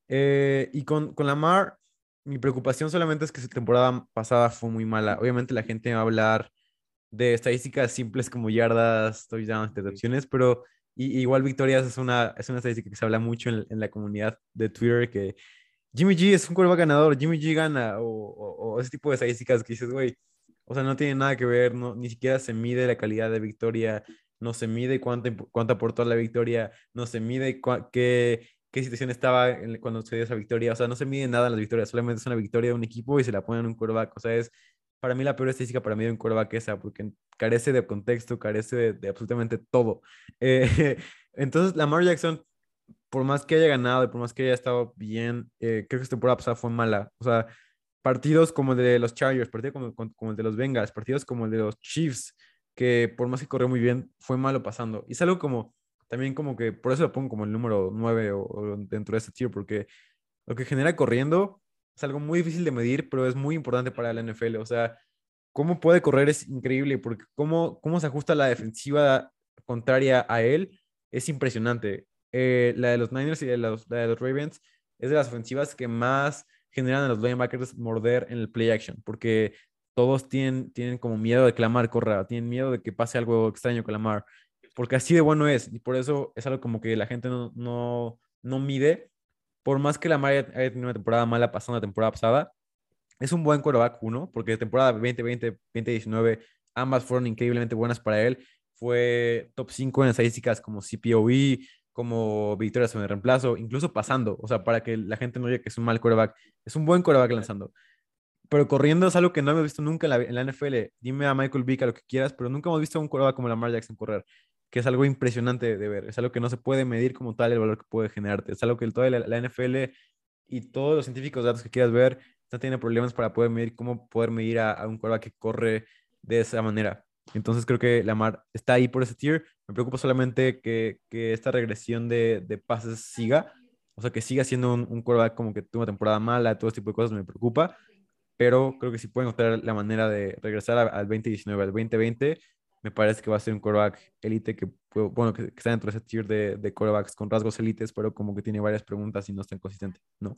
Eh, y con, con Lamar, mi preocupación solamente es que su temporada pasada fue muy mala. Obviamente la gente va a hablar de estadísticas simples como yardas, touchdowns, intercepciones, pero y- igual victorias es una, es una estadística que se habla mucho en, en la comunidad de Twitter, que Jimmy G es un quarterback ganador, Jimmy G gana, o, o- o ese tipo de estadísticas que dices, güey, o sea, no tiene nada que ver, no, ni siquiera se mide la calidad de victoria, no se mide cuánto, imp- cuánto aportó a la victoria, no se mide cua- qué, qué situación estaba en- cuando se dio esa victoria, o sea, no se mide nada en las victorias, solamente es una victoria de un equipo y se la ponen en un quarterback, o sea, es para mí la peor estadística para mí de un quarterback esa, porque carece de contexto, carece de, de absolutamente todo. Eh, entonces, Lamar Jackson por más que haya ganado y por más que haya estado bien, eh, creo que esta temporada pasada fue mala. O sea, partidos como el de los Chargers, partidos como, como, como el de los Bengals, partidos como el de los Chiefs, que por más que corrió muy bien, fue malo pasando. Y es algo como, también como que, por eso lo pongo como el número nueve o, o dentro de este tier, porque lo que genera corriendo es algo muy difícil de medir, pero es muy importante para la N F L. O sea, cómo puede correr es increíble, porque cómo, cómo se ajusta la defensiva contraria a él es impresionante. Eh, la de los Niners y de los, la de los Ravens es de las ofensivas que más generan a los linebackers morder en el play action, porque todos tienen, tienen como miedo de que Lamar corra, tienen miedo de que pase algo extraño con Lamar, porque así de bueno es, y por eso es algo como que la gente no, no, no mide, por más que Lamar haya, haya tenido una temporada mala pasando la temporada pasada, es un buen quarterback, uno, porque temporada dos mil veinte, dos mil diecinueve, ambas fueron increíblemente buenas para él. Fue top cinco en estadísticas como C P O E, como victorias en el reemplazo, incluso pasando. O sea, para que la gente no diga que es un mal quarterback, es un buen quarterback lanzando. Pero corriendo es algo que no hemos visto nunca en la, en la N F L. Dime a Michael Vick a lo que quieras, pero nunca hemos visto a un quarterback como Lamar Jackson correr, que es algo impresionante de ver. Es algo que no se puede medir como tal el valor que puede generarte. Es algo que toda la, la N F L y todos los científicos datos que quieras ver están teniendo problemas para poder medir cómo poder medir a, a un quarterback que corre de esa manera. Entonces creo que Lamar está ahí por ese tier. Me preocupa solamente que, que esta regresión de, de pases siga. O sea, que siga siendo un, un quarterback como que tuvo una temporada mala, todo este tipo de cosas me preocupa. Pero creo que si pueden encontrar la manera de regresar a- al dos mil diecinueve, al dos mil veinte, me parece que va a ser un quarterback elite que, puede- bueno, que, que está dentro de ese tier de, de quarterbacks con rasgos elites, pero como que tiene varias preguntas y no está consistente, ¿no?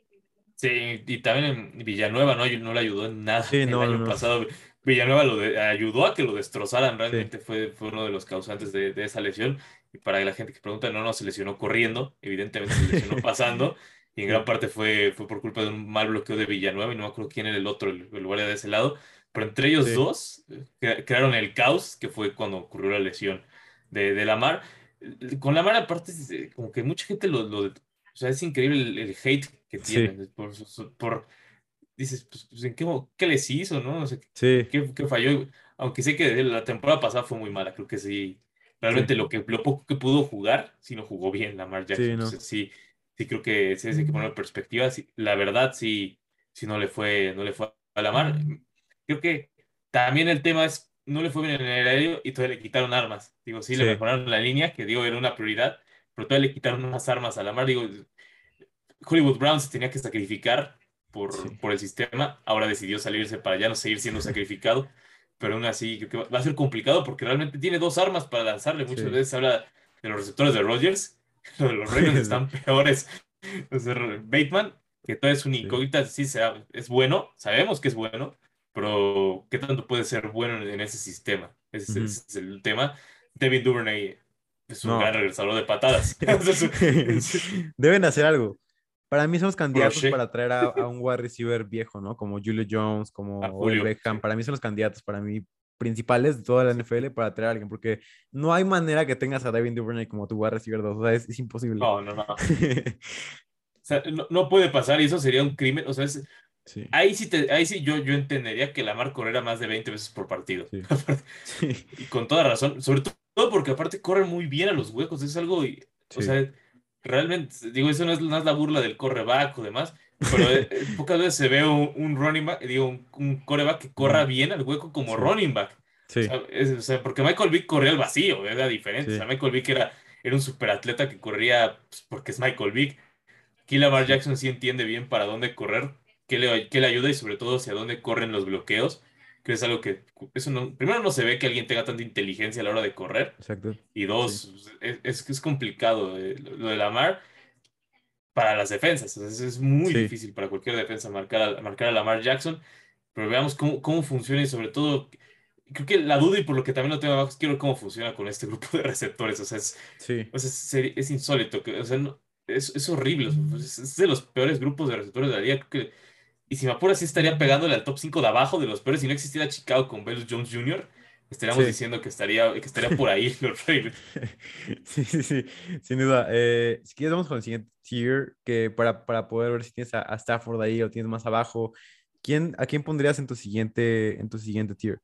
Sí, y también en Villanueva no, no le ayudó en nada Sí, el no, no, año no. pasado. Villanueva lo de- ayudó a que lo destrozaran, Sí, realmente fue, fue uno de los causantes de, de esa lesión. Y para la gente que pregunta, no, no se lesionó corriendo, evidentemente se lesionó pasando, y en gran sí, parte fue, fue por culpa de un mal bloqueo de Villanueva, y no me acuerdo quién era el otro, el, el guardia de ese lado, pero entre ellos sí, dos eh, cre- crearon el caos, que fue cuando ocurrió la lesión de, de Lamar. Con Lamar, aparte, eh, como que mucha gente lo, lo- o sea, es increíble el, el hate que sí, tienen por, su- su- por dices, pues, pues, ¿en qué, mo- qué les hizo, no? O sea, sí, ¿qué, qué falló? Aunque sé que la temporada pasada fue muy mala, creo que sí. sí, Realmente lo que lo poco que pudo jugar, sí no jugó bien Lamar Jackson. sí, no. Entonces sí, sí creo que sí, sí hay que poner en perspectiva. Sí, la verdad, sí, sí no le fue, no le fue a Lamar. Creo que también el tema es, no le fue bien en el aéreo y todavía le quitaron armas. Digo, sí, le Sí, mejoraron la línea, que digo, era una prioridad, pero todavía le quitaron unas armas a Lamar. Digo, Hollywood Brown se tenía que sacrificar por, sí, por el sistema, ahora decidió salirse para ya no seguir siendo sacrificado, pero aún así creo que va va a ser complicado porque realmente tiene dos armas para lanzarle. Muchas sí. veces se habla de los receptores de Rodgers, los de los Ravens están peores. O sea, Bateman, que todo es un Sí, incógnita, sí sea, es bueno, sabemos que es bueno, pero ¿qué tanto puede ser bueno en, en ese sistema? Ese, ujú. ese es el tema. Devin Duvernay es un No. gran regresador de patadas. Es- es- Deben hacer algo. Para mí son los candidatos Crochet para traer a, a un wide receiver viejo, ¿no? Como Julio Jones, a como Odell Julio, Beckham. sí. Para mí son los candidatos, para mí, principales de toda la Sí. N F L para traer a alguien, porque no hay manera que tengas a Devin Duvernay como tu wide receiver dos. O sea, es, es imposible. No, no, no. O sea, no, no puede pasar y eso sería un crimen. O sea, es- Sí, ahí sí, te, ahí sí yo, yo entendería que Lamar corriera más de veinte veces por partido. sí, sí, Y con toda razón, sobre todo porque aparte corre muy bien a los huecos. Es algo, y- o sí. sea, realmente, digo, eso no es, no es la burla del correback o demás, pero eh, eh, pocas veces se ve un, un running back, digo, un, un coreback que corra Ujú. bien al hueco como Sí, running back. O sí, sea, es- o sea, porque Michael Vick corría al vacío, era diferente. O sea, sí, Michael Vick era, era un superatleta que corría pues, porque es Michael Vick. Aquí Lamar sí, Jackson sí entiende bien para dónde correr, qué le, qué le ayuda y sobre todo hacia dónde corren los bloqueos, que es algo que, eso no, primero no se ve que alguien tenga tanta inteligencia a la hora de correr, exacto. y Sí, dos, es, es, es complicado eh, lo, lo de Lamar. para las defensas. O sea, es, es muy Sí, difícil para cualquier defensa marcar a, marcar a Lamar Jackson, pero veamos cómo, cómo funciona y sobre todo, creo que la duda y por lo que también lo tengo abajo es quiero ver cómo funciona con este grupo de receptores. O sea, es, sí, o sea, es, es insólito. Que, o sea, no- es, es horrible. O sea, es, es de los peores grupos de receptores de la liga. Creo que, y si me apuras, sí estaría pegándole al top cinco de abajo de los peores. Si no existiera Chicago con Velus Jones junior, estaríamos sí. diciendo que estaría, que estaría por ahí los Ravens. Sí, sí, sí, sin duda. Eh, si quieres, vamos con el siguiente tier, que para, para poder ver si tienes a, a Stafford ahí o tienes más abajo. ¿Quién, ¿A quién pondrías en tu siguiente, en tu siguiente tier?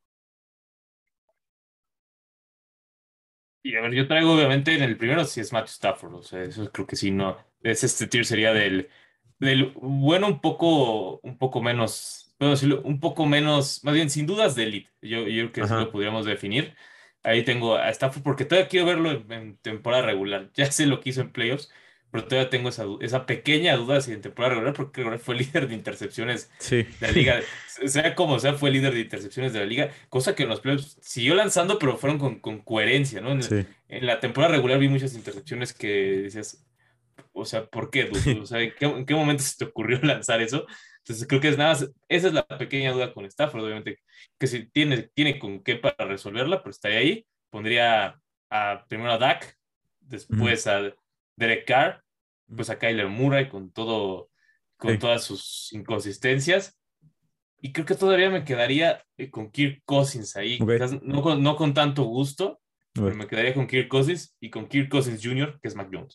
Y a ver, yo traigo obviamente en el primero si es Matthew Stafford, o sea, eso creo que sí, no. Es este tier sería del, del bueno un poco, un poco menos, puedo decirlo, un poco menos, más bien sin dudas de elite. Yo, yo creo que así lo Ajá, podríamos definir. Ahí tengo a Stafford porque todavía quiero verlo en, en temporada regular. Ya sé lo que hizo en playoffs, pero todavía tengo esa, du- esa pequeña duda si en temporada regular, porque regular fue líder de intercepciones sí. de la liga. Sea como sea, fue líder de intercepciones de la liga, cosa que en los playoffs siguió lanzando, pero fueron con, con coherencia, ¿no? En, Sí. en la temporada regular vi muchas intercepciones que decías, o sea, ¿por qué, dude? O sea, ¿en qué, en qué momento se te ocurrió lanzar eso? Entonces creo que es nada más, esa es la pequeña duda con Stafford, obviamente, que si tiene, tiene con qué para resolverla, pero estaría ahí. Pondría a, primero a Dak, Ujú, después a Derek Carr, ujú, pues a Kyler Murray con todo, con sí. todas sus inconsistencias. Y creo que todavía me quedaría eh, con Kirk Cousins ahí, Ok. quizás no con, no con tanto gusto, A pero ver. me quedaría con Kirk Cousins y con Kirk Cousins junior, que es Mac Jones.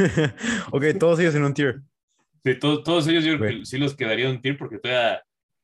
Ok, todos ellos en un tier. De to- todos ellos yo creo Ok. que sí los quedaría en un tier porque todavía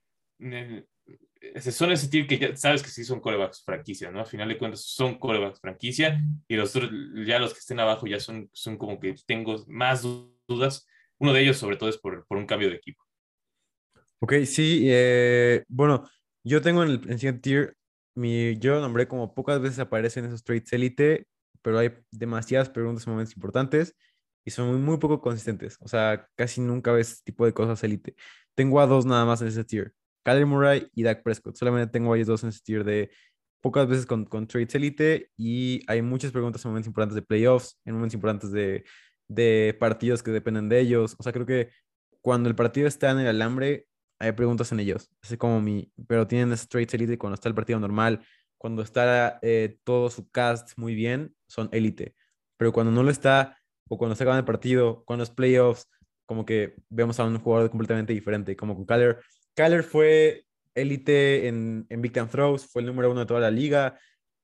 eh, ese- son ese tier que ya sabes que sí son corebacks franquicia, ¿no? Al final de cuentas son corebacks franquicia y los otros, ya los que estén abajo ya son, son como que tengo más du- dudas. Uno de ellos sobre todo es por, por un cambio de equipo. Ok, sí. Eh, bueno, yo tengo en el, en el siguiente tier, mi, yo lo nombré como pocas veces aparecen esos traits élite, pero hay demasiadas preguntas en momentos importantes y son muy, muy poco consistentes. O sea, casi nunca ves este tipo de cosas élite. Tengo a dos nada más en ese tier, Kyler Murray y Dak Prescott. Solamente tengo a ellos dos en ese tier de pocas veces con, con traits élite y hay muchas preguntas en momentos importantes de playoffs, en momentos importantes de, de partidos que dependen de ellos. O sea, creo que cuando el partido está en el alambre, hay preguntas en ellos. Es como mi, pero tienen ese traits elite cuando está el partido normal, cuando está eh, todo su cast muy bien, son élite. Pero cuando no lo está, o cuando se acaba el partido, cuando es playoffs, como que vemos a un jugador completamente diferente, como con Kyler. Kyler fue élite en, en Big Time Throws, fue el número uno de toda la liga.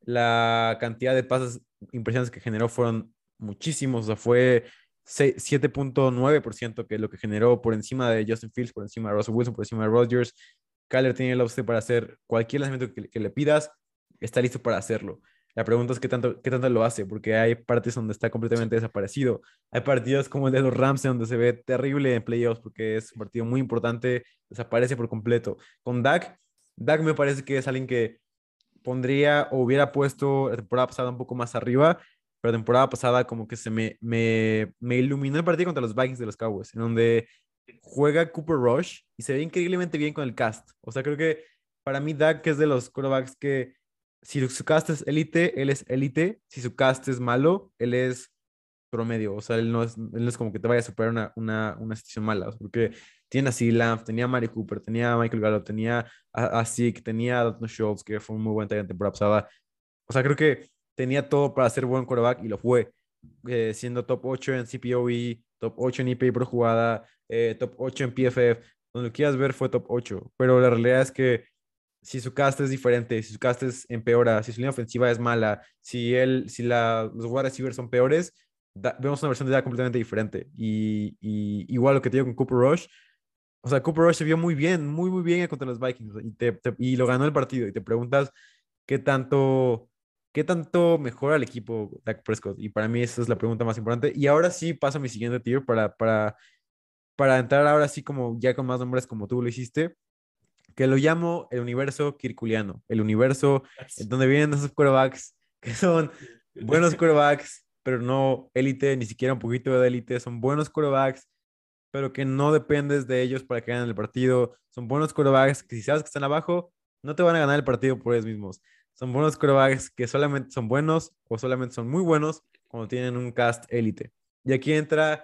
La cantidad de pases impresionantes que generó fueron muchísimos, o sea, fue siete punto nueve por ciento que es lo que generó por encima de Justin Fields, por encima de Russell Wilson, por encima de Rodgers. Kyler tiene el upside para hacer cualquier lanzamiento que, que, le pidas, está listo para hacerlo. La pregunta es qué tanto, qué tanto lo hace, porque hay partes donde está completamente desaparecido. Hay partidos como el de los Rams donde se ve terrible en playoffs porque es un partido muy importante, desaparece por completo. Con Dak, Dak me parece que es alguien que pondría o hubiera puesto la temporada pasada un poco más arriba, pero la temporada pasada como que se me, me, me iluminó el partido contra los Vikings de los Cowboys, en donde juega Cooper Rush y se ve increíblemente bien con el cast. O sea, creo que para mí Dak es de los quarterbacks que si su cast es élite, él es élite. Si su cast es malo, él es promedio. O sea, él no es, él no es como que te vaya a superar una, una, una situación mala. O sea, porque tiene a C. Lamb, tenía a Mari Cooper, tenía a Michael Gallup, tenía a, a Zeke, tenía a Dalton Schultz, que fue un muy buen talento en temporada pasada. O sea, creo que tenía todo para ser buen quarterback y lo fue. Eh, siendo top ocho en C P O E, top ocho en E P A por jugada, eh, top ocho en P F F. Donde lo quieras ver fue top ocho. Pero la realidad es que si su cast es diferente, si su cast es empeora, si su línea ofensiva es mala, si él, si la, los wide receivers son peores, da, vemos una versión de Dak completamente diferente. Y, y, igual lo que te digo con Cooper Rush, o sea, Cooper Rush se vio muy bien, muy, muy bien contra los Vikings y, te, te, y lo ganó el partido. Y te preguntas qué tanto, qué tanto mejora el equipo Dak Prescott. Y para mí esa es la pregunta más importante. Y ahora sí paso a mi siguiente tier para, para, para entrar ahora sí como ya con más nombres como tú lo hiciste, que lo llamo el universo kirkuliano, el universo en donde vienen esos quarterbacks que son buenos quarterbacks, pero no élite, ni siquiera un poquito de élite, son buenos quarterbacks, pero que no dependes de ellos para que ganen el partido, son buenos quarterbacks que si sabes que están abajo, no te van a ganar el partido por ellos mismos, son buenos quarterbacks que solamente son buenos o solamente son muy buenos cuando tienen un cast élite. Y aquí entra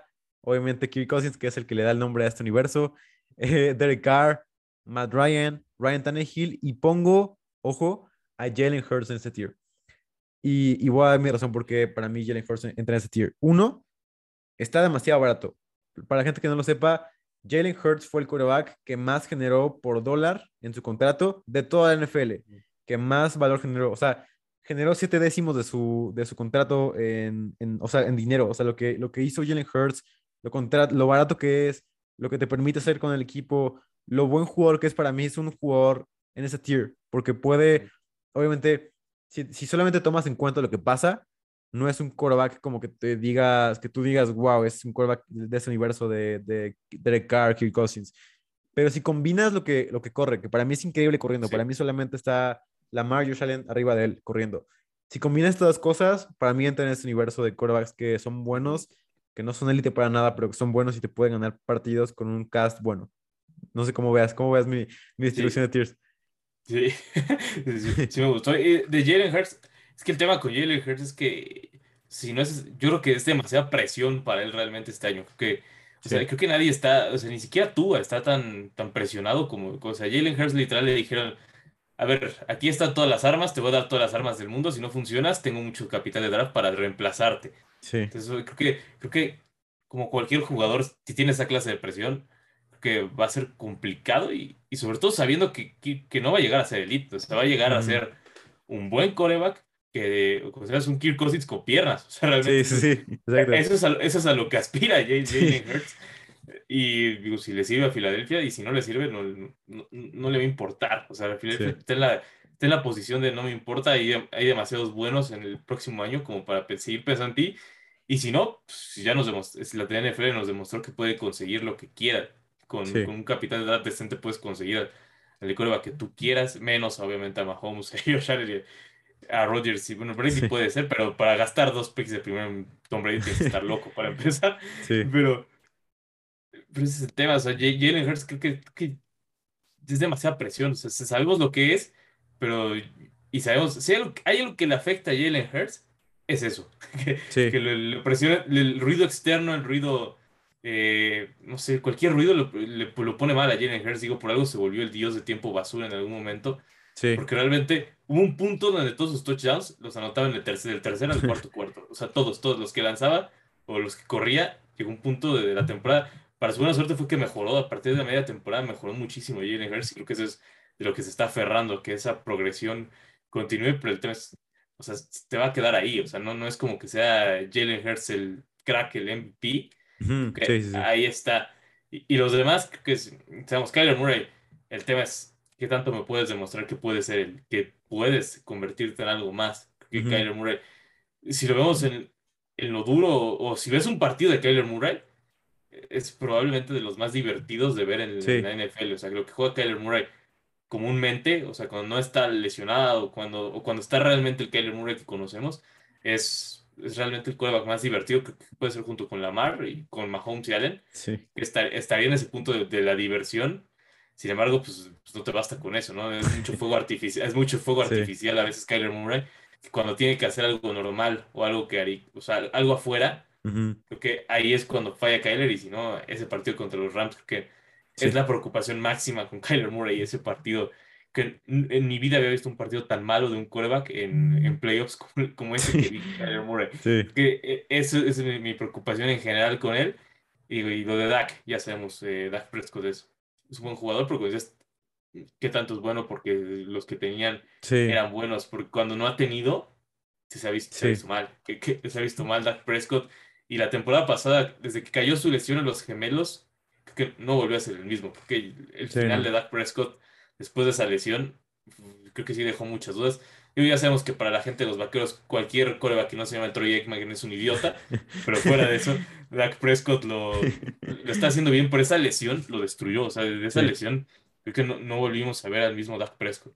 obviamente Kirk Cousins, que es el que le da el nombre a este universo, eh, Derek Carr, Matt Ryan, Ryan Tannehill, y pongo, ojo, a Jalen Hurts en ese tier. Y, y voy a dar mi razón porque para mí Jalen Hurts entra en ese tier. Uno, está demasiado barato. Para la gente que no lo sepa, Jalen Hurts fue el quarterback que más generó por dólar en su contrato de toda la N F L, que más valor generó. O sea, generó siete décimos de su, de su contrato en, en, o sea, en dinero. O sea, lo que, lo que hizo Jalen Hurts, lo, contrat, lo barato que es, lo que te permite hacer con el equipo, lo buen jugador que es para mí, es un jugador en ese tier, porque puede, obviamente, si, si solamente tomas en cuenta lo que pasa, no es un quarterback como que te digas, que tú digas, wow, es un quarterback de ese universo de, de Derek Carr, Kirk Cousins. Pero si combinas lo que, lo que corre, que para mí es increíble corriendo, para Sí. mí solamente está Lamar, Josh Allen arriba de él corriendo. Si combinas estas dos cosas, para mí entra en ese universo de quarterbacks que son buenos, que no son élite para nada, pero que son buenos y te pueden ganar partidos con un cast bueno. No sé cómo veas, cómo veas mi, mi distribución Sí, de tiers. sí, sí, sí me gustó. Eh, de Jalen Hurts, es que el tema con Jalen Hurts es que si no es, yo creo que es demasiada presión para él realmente este año. Creo que, o sea, Sí, creo que nadie está, o sea, ni siquiera Tua está tan, tan presionado como, o sea, Jalen Hurts literal le dijeron, a ver, aquí están todas las armas, te voy a dar todas las armas del mundo, si no funcionas, tengo mucho capital de draft para reemplazarte. sí, Entonces, creo que, creo que como cualquier jugador, si tiene esa clase de presión, creo que va a ser complicado y, y sobre todo sabiendo que, que, que no va a llegar a ser elite, o sea, va a llegar a ujú, ser un buen coreback que, o sea, es un Kirk Cousins con piernas, o sea, sí, realmente sí, eso, sí, exacto. eso es a, eso es a lo que aspira Jalen Sí, Jalen Hurts. Y digo, si le sirve a Filadelfia y si no le sirve, no, no, no le va a importar. O sea, Filadelfia sí, está en la, está en la posición de no me importa, hay, hay demasiados buenos en el próximo año como para pe- seguir pensando en ti. Y si no, pues, ya nos demostró, la N F L nos demostró que puede conseguir lo que quiera. Con, sí, con un capital de edad decente puedes conseguir el quarterback que tú quieras, menos obviamente a Mahomes, a Josh Allen, a Rodgers. Y bueno, Brady sí, puede ser, pero para gastar dos picks de primero, Tom Brady tienes que estar loco para empezar. sí, Pero, pero ese es el tema. O sea, J- Jalen Hurts creo que, creo que es demasiada presión. O sea, sabemos lo que es, pero. Y sabemos. Si hay algo, hay algo que le afecta a Jalen Hurts, es eso. Que, que sí, le, le presiona el ruido externo, el ruido. eh, no sé, cualquier ruido lo, le- lo pone mal a Jalen Hurts. Digo, por algo se volvió el dios de tiempo basura en algún momento. sí, Porque realmente hubo un punto donde todos sus touchdowns los anotaba en el tercer, del tercero al cuarto cuarto. O sea, todos, todos los que lanzaba o los que corría, llegó un punto de, de la temporada. Para su buena suerte fue que mejoró. A partir de la media temporada mejoró muchísimo Jalen Hurts. Y creo que eso es de lo que se está aferrando, que esa progresión continúe. Pero el tema es, o sea, te va a quedar ahí. O sea, no, no es como que sea Jalen Hurts el crack, el M V P. ujú, sí, Que sí, sí, ahí está. Y, y los demás, creo que es, sabemos, Kyler Murray, el tema es qué tanto me puedes demostrar que puedes ser el, que puedes convertirte en algo más que ujú, Kyler Murray. Si lo vemos en, en lo duro, o, o si ves un partido de Kyler Murray, es probablemente de los más divertidos de ver en, en sí, la N F L. O sea, lo que juega Kyler Murray comúnmente, o sea, cuando no está lesionado o cuando, o cuando está realmente el Kyler Murray que conocemos, es, es realmente el quarterback más divertido que puede ser junto con Lamar y con Mahomes y Allen, sí, que estar, estaría en ese punto de, de la diversión. Sin embargo, pues, pues no te basta con eso, ¿no? Es mucho fuego artificial, es mucho fuego sí, artificial a veces Kyler Murray, que cuando tiene que hacer algo normal o algo que haría, o sea, algo afuera, ujú, creo que ahí es cuando falla Kyler y si no, ese partido contra los Rams, creo que es sí, la preocupación máxima con Kyler Murray, ese partido, que en, en mi vida había visto un partido tan malo de un quarterback en, en playoffs como, como ese que vi con Kyler Murray. sí, Que eh, eso es mi, mi preocupación en general con él. Y, y lo de Dak, ya sabemos, eh, Dak Prescott es, es un buen jugador, pero pues, qué tanto es bueno porque los que tenían sí, eran buenos, porque cuando no ha tenido, se ha visto, se ha sí, visto mal, que, que se ha visto mal Dak Prescott. Y la temporada pasada, desde que cayó su lesión en los gemelos, creo que no volvió a ser el mismo, porque el, el sí, final de no, Dak Prescott, después de esa lesión, creo que sí dejó muchas dudas. Y ya sabemos que para la gente de los vaqueros, cualquier coreback que no se llama Troy Aikman es un idiota, pero fuera de eso, Dak Prescott lo, lo está haciendo bien, por esa lesión lo destruyó, o sea, de esa sí, lesión creo que no, no volvimos a ver al mismo Dak Prescott.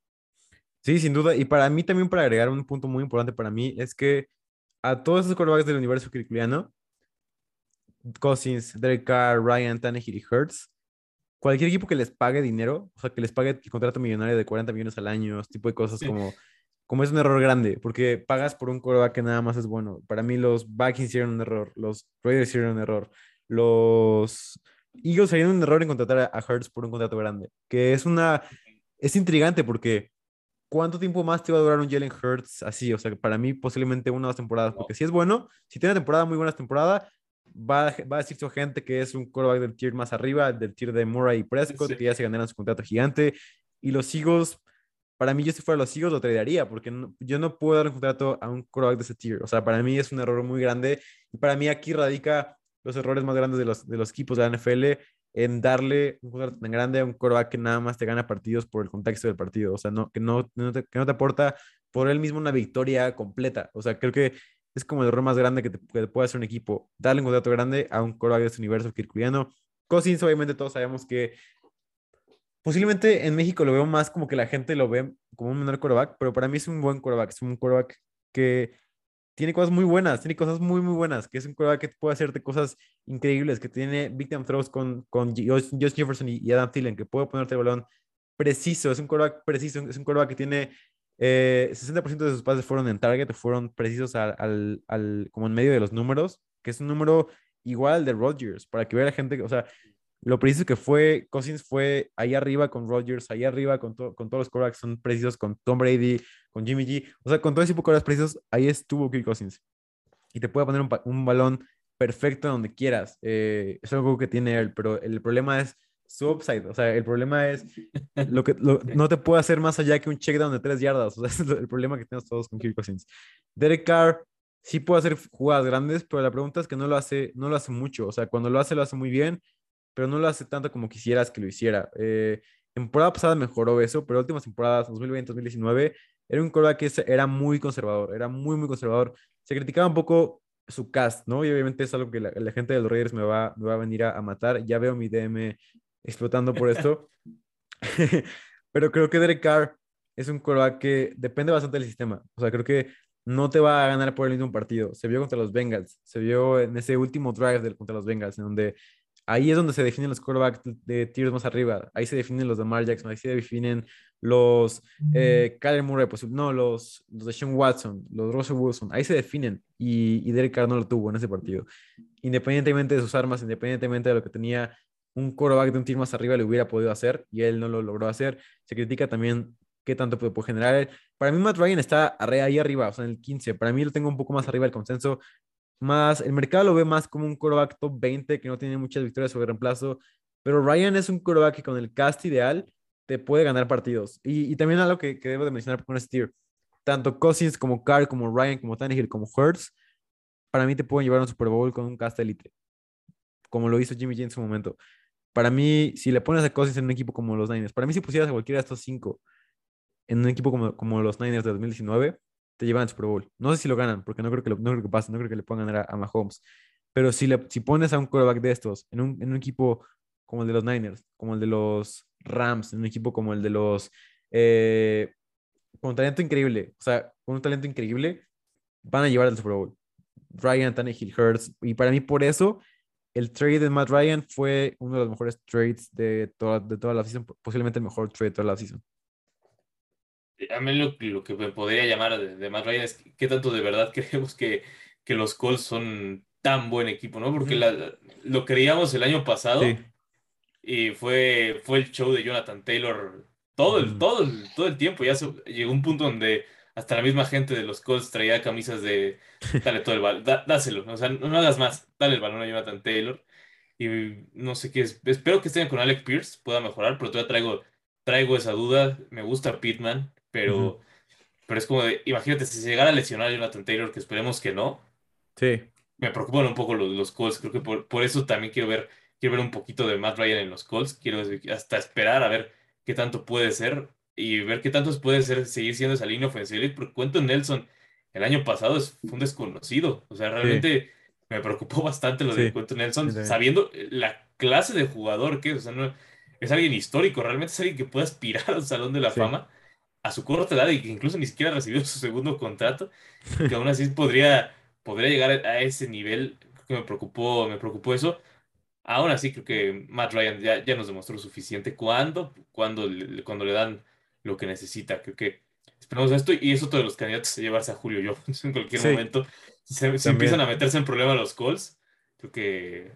sí, sin duda. Y para mí también, para agregar un punto muy importante para mí, es que a todos esos quarterbacks del universo criculiano, Cousins, Derek Carr, Ryan, Tannehill y Hurts, cualquier equipo que les pague dinero, o sea, que les pague el contrato millonario de cuarenta millones al año, ese tipo de cosas como, como es un error grande, porque pagas por un quarterback que nada más es bueno. Para mí los Vikings hicieron un error, los Raiders hicieron un error, los Eagles harían un error en contratar a, a Hurts por un contrato grande, que es una, es intrigante porque ¿cuánto tiempo más te va a durar un Jalen Hurts así? O sea, para mí posiblemente una o dos temporadas, porque si es bueno, si tiene una temporada muy buena temporada, va, a- va a decir su gente que es un quarterback del tier más arriba, del tier de Murray y Prescott, Sí. que ya se ganaron su contrato gigante, y los Eagles, para mí yo si fuera los Eagles lo tradearía, porque no- yo no puedo dar un contrato a un quarterback de ese tier, o sea, para mí es un error muy grande, y para mí aquí radica los errores más grandes de los, de los equipos de la N F L, en darle un contrato tan grande a un quarterback que nada más te gana partidos por el contexto del partido. O sea, no, que, no, no te, que no te aporta por él mismo una victoria completa. O sea, creo que es como el error más grande que te, que te puede hacer un equipo. Darle un contrato grande a un quarterback de este universo kirkuriano. Cousins, obviamente todos sabemos que posiblemente en México lo veo más como que la gente lo ve como un menor quarterback, pero para mí es un buen quarterback. Es un quarterback que tiene cosas muy buenas, tiene cosas muy, muy buenas, que es un quarterback que puede hacerte cosas increíbles, que tiene big time throws con, con Josh, Josh Jefferson y, y Adam Thielen, que puede ponerte el balón preciso, es un quarterback preciso, es un quarterback que tiene eh, sesenta por ciento de sus pases fueron en target, fueron precisos al, al, al, como en medio de los números, que es un número igual al de Rodgers, para que vea la gente, o sea, lo preciso que fue, Cousins fue ahí arriba con Rodgers, ahí arriba con, to, con todos los quarterbacks son precisos, con Tom Brady, con Jimmy G, o sea, con todo ese tipo de quarterbacks precisos, ahí estuvo Kirk Cousins. Y te puede poner un, un balón perfecto donde quieras. Eh, es algo que tiene él, pero el problema es su upside, o sea, el problema es lo que lo, no te puede hacer más allá que un check down de tres yardas, o sea, ese es el problema que tenemos todos con Kirk Cousins. Derek Carr sí puede hacer jugadas grandes, pero la pregunta es que no lo hace, no lo hace mucho, o sea, cuando lo hace, lo hace muy bien, pero no lo hace tanto como quisieras que lo hiciera. Eh, temporada pasada mejoró eso, pero últimas temporadas, dos mil veinte, dos mil diecinueve, era un quarterback que era muy conservador, era muy, muy conservador. Se criticaba un poco su cast, ¿no? Y obviamente es algo que la, la gente de los Raiders me va, me va a venir a, a matar. Ya veo mi D M explotando por esto. Pero creo que Derek Carr es un quarterback que depende bastante del sistema. O sea, creo que no te va a ganar por el mismo partido. Se vio contra los Bengals, se vio en ese último drive del, contra los Bengals, en donde ahí es donde se definen los quarterbacks de tiers más arriba. Ahí se definen los de Lamar Jackson, ahí se definen los eh, Kyler Murray, pues no, los, los de Sean Watson, los Russell Wilson. Ahí se definen y, y Derek Carr no lo tuvo en ese partido. Independientemente de sus armas, independientemente de lo que tenía un quarterback de un tier más arriba le hubiera podido hacer y él no lo logró hacer. Se critica también qué tanto puede, puede generar él. Para mí Matt Ryan está ahí arriba, o sea, en el quince. Para mí lo tengo un poco más arriba del consenso. Más, el mercado lo ve más como un quarterback top veinte que no tiene muchas victorias sobre reemplazo, pero Ryan es un quarterback que con el cast ideal te puede ganar partidos. Y, y también algo que, que debo de mencionar con este tier, tanto Cousins como Carr, como Ryan, como Tannehill, como Hurts, para mí te pueden llevar a un Super Bowl con un cast elite, como lo hizo Jimmy G en su momento. Para mí, si le pones a Cousins en un equipo como los Niners, para mí si pusieras a cualquiera de estos cinco en un equipo como, como los Niners de dos mil diecinueve, te llevan al Super Bowl. No sé si lo ganan, porque no creo que, lo, no creo que pase, no creo que le puedan ganar a, a Mahomes. Pero si, le, si pones a un quarterback de estos en un, en un equipo como el de los Niners, como el de los Rams, en un equipo como el de los... Eh, con un talento increíble, o sea, con un talento increíble, van a llevar al Super Bowl. Ryan, Tannehill, Hurts, y para mí por eso el trade de Matt Ryan fue uno de los mejores trades de toda, de toda la season, posiblemente el mejor trade de toda la season. A mí lo, lo que me podría llamar de, de Matt Ryan es qué tanto de verdad creemos que, que los Colts son tan buen equipo, ¿no? Porque Ujú. la- lo creíamos el año Sí. pasado y fue, fue el show de Jonathan Taylor todo el, Ujú. todo el, todo el tiempo. Ya se- llegó un punto donde hasta la misma gente de los Colts traía camisas de dale todo el balón, da- dáselo, o sea, no, no hagas más, dale el balón a Jonathan Taylor. Y no sé qué es. Espero que estén con Alec Pierce, pueda mejorar, pero todavía traigo, traigo esa duda. Me gusta Pittman, Ujú. pero, pero es como de, imagínate, si se llegara a lesionar a Jonathan Taylor, que esperemos que no, Sí. me preocupan un poco los, los Colts. Creo que por, por eso también quiero ver, quiero ver un poquito de Matt Ryan en los Colts. Quiero hasta esperar a ver qué tanto puede ser y ver qué tanto puede ser seguir siendo esa línea ofensiva. Porque Quentin Nelson el año pasado es, fue un desconocido. O sea, Sí. realmente me preocupó bastante lo de Sí. Quentin A Nelson, mí también. sabiendo la clase de jugador que es. O sea, no, es alguien histórico, realmente es alguien que puede aspirar al Salón de la Sí. Fama a su corta edad y que incluso ni siquiera recibió su segundo contrato y que aún así podría, podría llegar a ese nivel. Creo que me preocupó, me preocupó eso. Aún así, creo que Matt Ryan ya, ya nos demostró suficiente cuando, cuando, le, cuando le dan lo que necesita. Creo que esperamos esto y es otro de los candidatos a llevarse a Julio Jones en cualquier Sí. momento. Si, se- si empiezan También. a meterse en problemas los Colts, creo que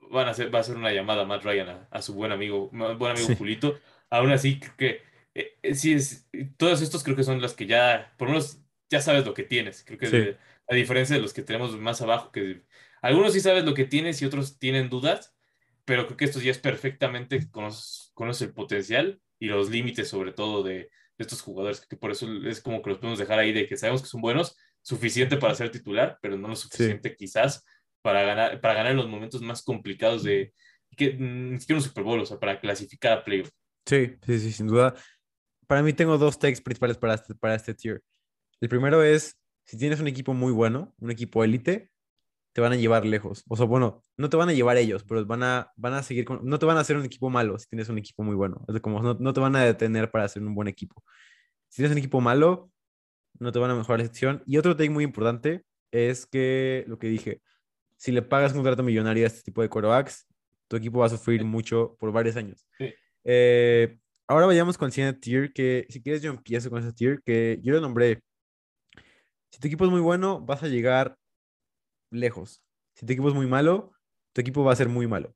van a hacer, va a hacer una llamada a Matt Ryan, a, a su buen amigo, buen amigo Sí, Julito. Aún así, creo que eh, eh, sí es, todos estos creo que son los que ya, por lo menos ya sabes lo que tienes. Creo que sí, de- a diferencia de los que tenemos más abajo, que algunos sí sabes lo que tienes y otros tienen dudas, pero creo que estos ya es perfectamente, conoces, conoces el potencial y los límites sobre todo de, de estos jugadores, que por eso es como que los podemos dejar ahí de que sabemos que son buenos, suficiente para ser titular, pero no lo sí, suficiente quizás para ganar, para ganar en los momentos más complicados de que mm, ni siquiera un Super Bowl, o sea, para clasificar a playoff. sí, sí, sí, sin duda. Para mí tengo dos takes principales para este, para este tier. El primero es, si tienes un equipo muy bueno, un equipo élite, te van a llevar lejos. O sea, bueno, no te van a llevar ellos, pero van a, van a seguir con, no te van a hacer un equipo malo si tienes un equipo muy bueno. Es como, no, no te van a detener para hacer un buen equipo. Si tienes un equipo malo, no te van a mejorar la sección. Y otro take muy importante es que lo que dije, si le pagas un contrato millonario a este tipo de quarterbacks, tu equipo va a sufrir Sí, mucho por varios años. sí. Eh, ahora vayamos con el siguiente tier, que si quieres yo empiezo con ese tier, que yo lo nombré. Si tu equipo es muy bueno, vas a llegar lejos. Si tu equipo es muy malo, tu equipo va a ser muy malo.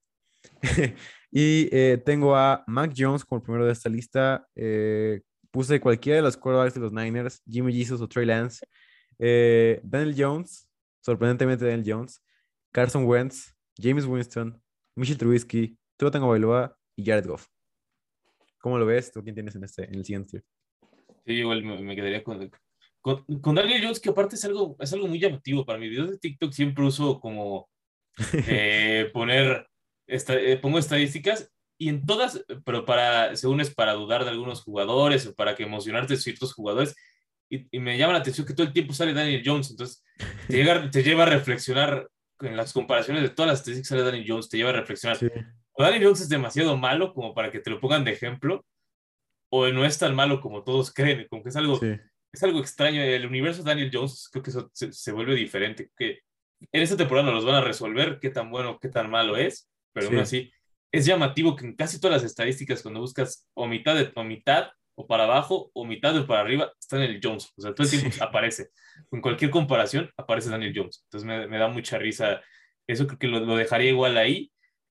Y eh, tengo a Mac Jones como el primero de esta lista. Eh, puse cualquiera de los quarterbacks de los Niners, Jimmy Jesus o Trey Lance. Eh, Daniel Jones, sorprendentemente Daniel Jones. Carson Wentz, James Winston, Mitchell Trubisky, Tua Tagovailoa y Jared Goff. ¿Cómo lo ves? ¿Tú quién tienes en, este, en el siguiente tier? Sí, igual me, me quedaría con, con, con Daniel Jones, que aparte es algo, es algo muy llamativo. Para mis videos de TikTok siempre uso como eh, poner, esta, eh, pongo estadísticas y en todas, pero para, según es para dudar de algunos jugadores o para que emocionarte de ciertos jugadores. Y, y me llama la atención que todo el tiempo sale Daniel Jones, entonces te, llega, te lleva a reflexionar en las comparaciones de todas las estadísticas sale Daniel Jones, te lleva a reflexionar. Sí, O Daniel Jones es demasiado malo como para que te lo pongan de ejemplo, o no es tan malo como todos creen, como que es algo, sí, es algo extraño. El universo de Daniel Jones creo que eso se, se vuelve diferente, que en esta temporada nos los van a resolver qué tan bueno, qué tan malo es, pero aún sí, así es llamativo que en casi todas las estadísticas cuando buscas o mitad, de, o mitad o para abajo o mitad o para arriba, está Daniel Jones, o sea, todo el sí, tiempo aparece, en cualquier comparación aparece Daniel Jones, entonces me, me da mucha risa, eso creo que lo, lo dejaría igual ahí,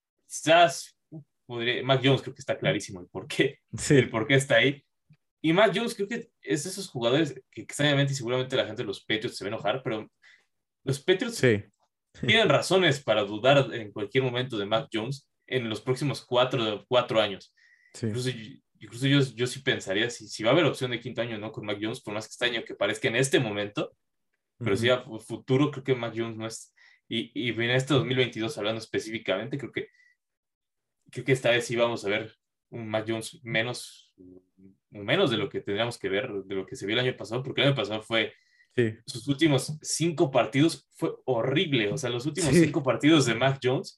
quizás podría, Mac Jones creo que está clarísimo el por qué, el sí, por qué está ahí, y Mac Jones creo que es de esos jugadores que extrañamente y seguramente la gente de los Patriots se va a enojar, pero los Patriots sí, tienen razones para dudar en cualquier momento de Mac Jones en los próximos cuatro, cuatro años. sí. Incluso, incluso yo, yo sí pensaría si, si va a haber opción de quinto año no con Mac Jones, por más que este año que parezca en este momento, pero sí Ujú. a futuro creo que Mac Jones no es. Y, y en este dos mil veintidós, hablando específicamente, creo que, creo que esta vez sí vamos a ver un Mac Jones menos, menos de lo que tendríamos que ver, de lo que se vio el año pasado, porque el año pasado fue Sí, sus últimos cinco partidos fue horrible. O sea, los últimos sí, cinco partidos de Mac Jones,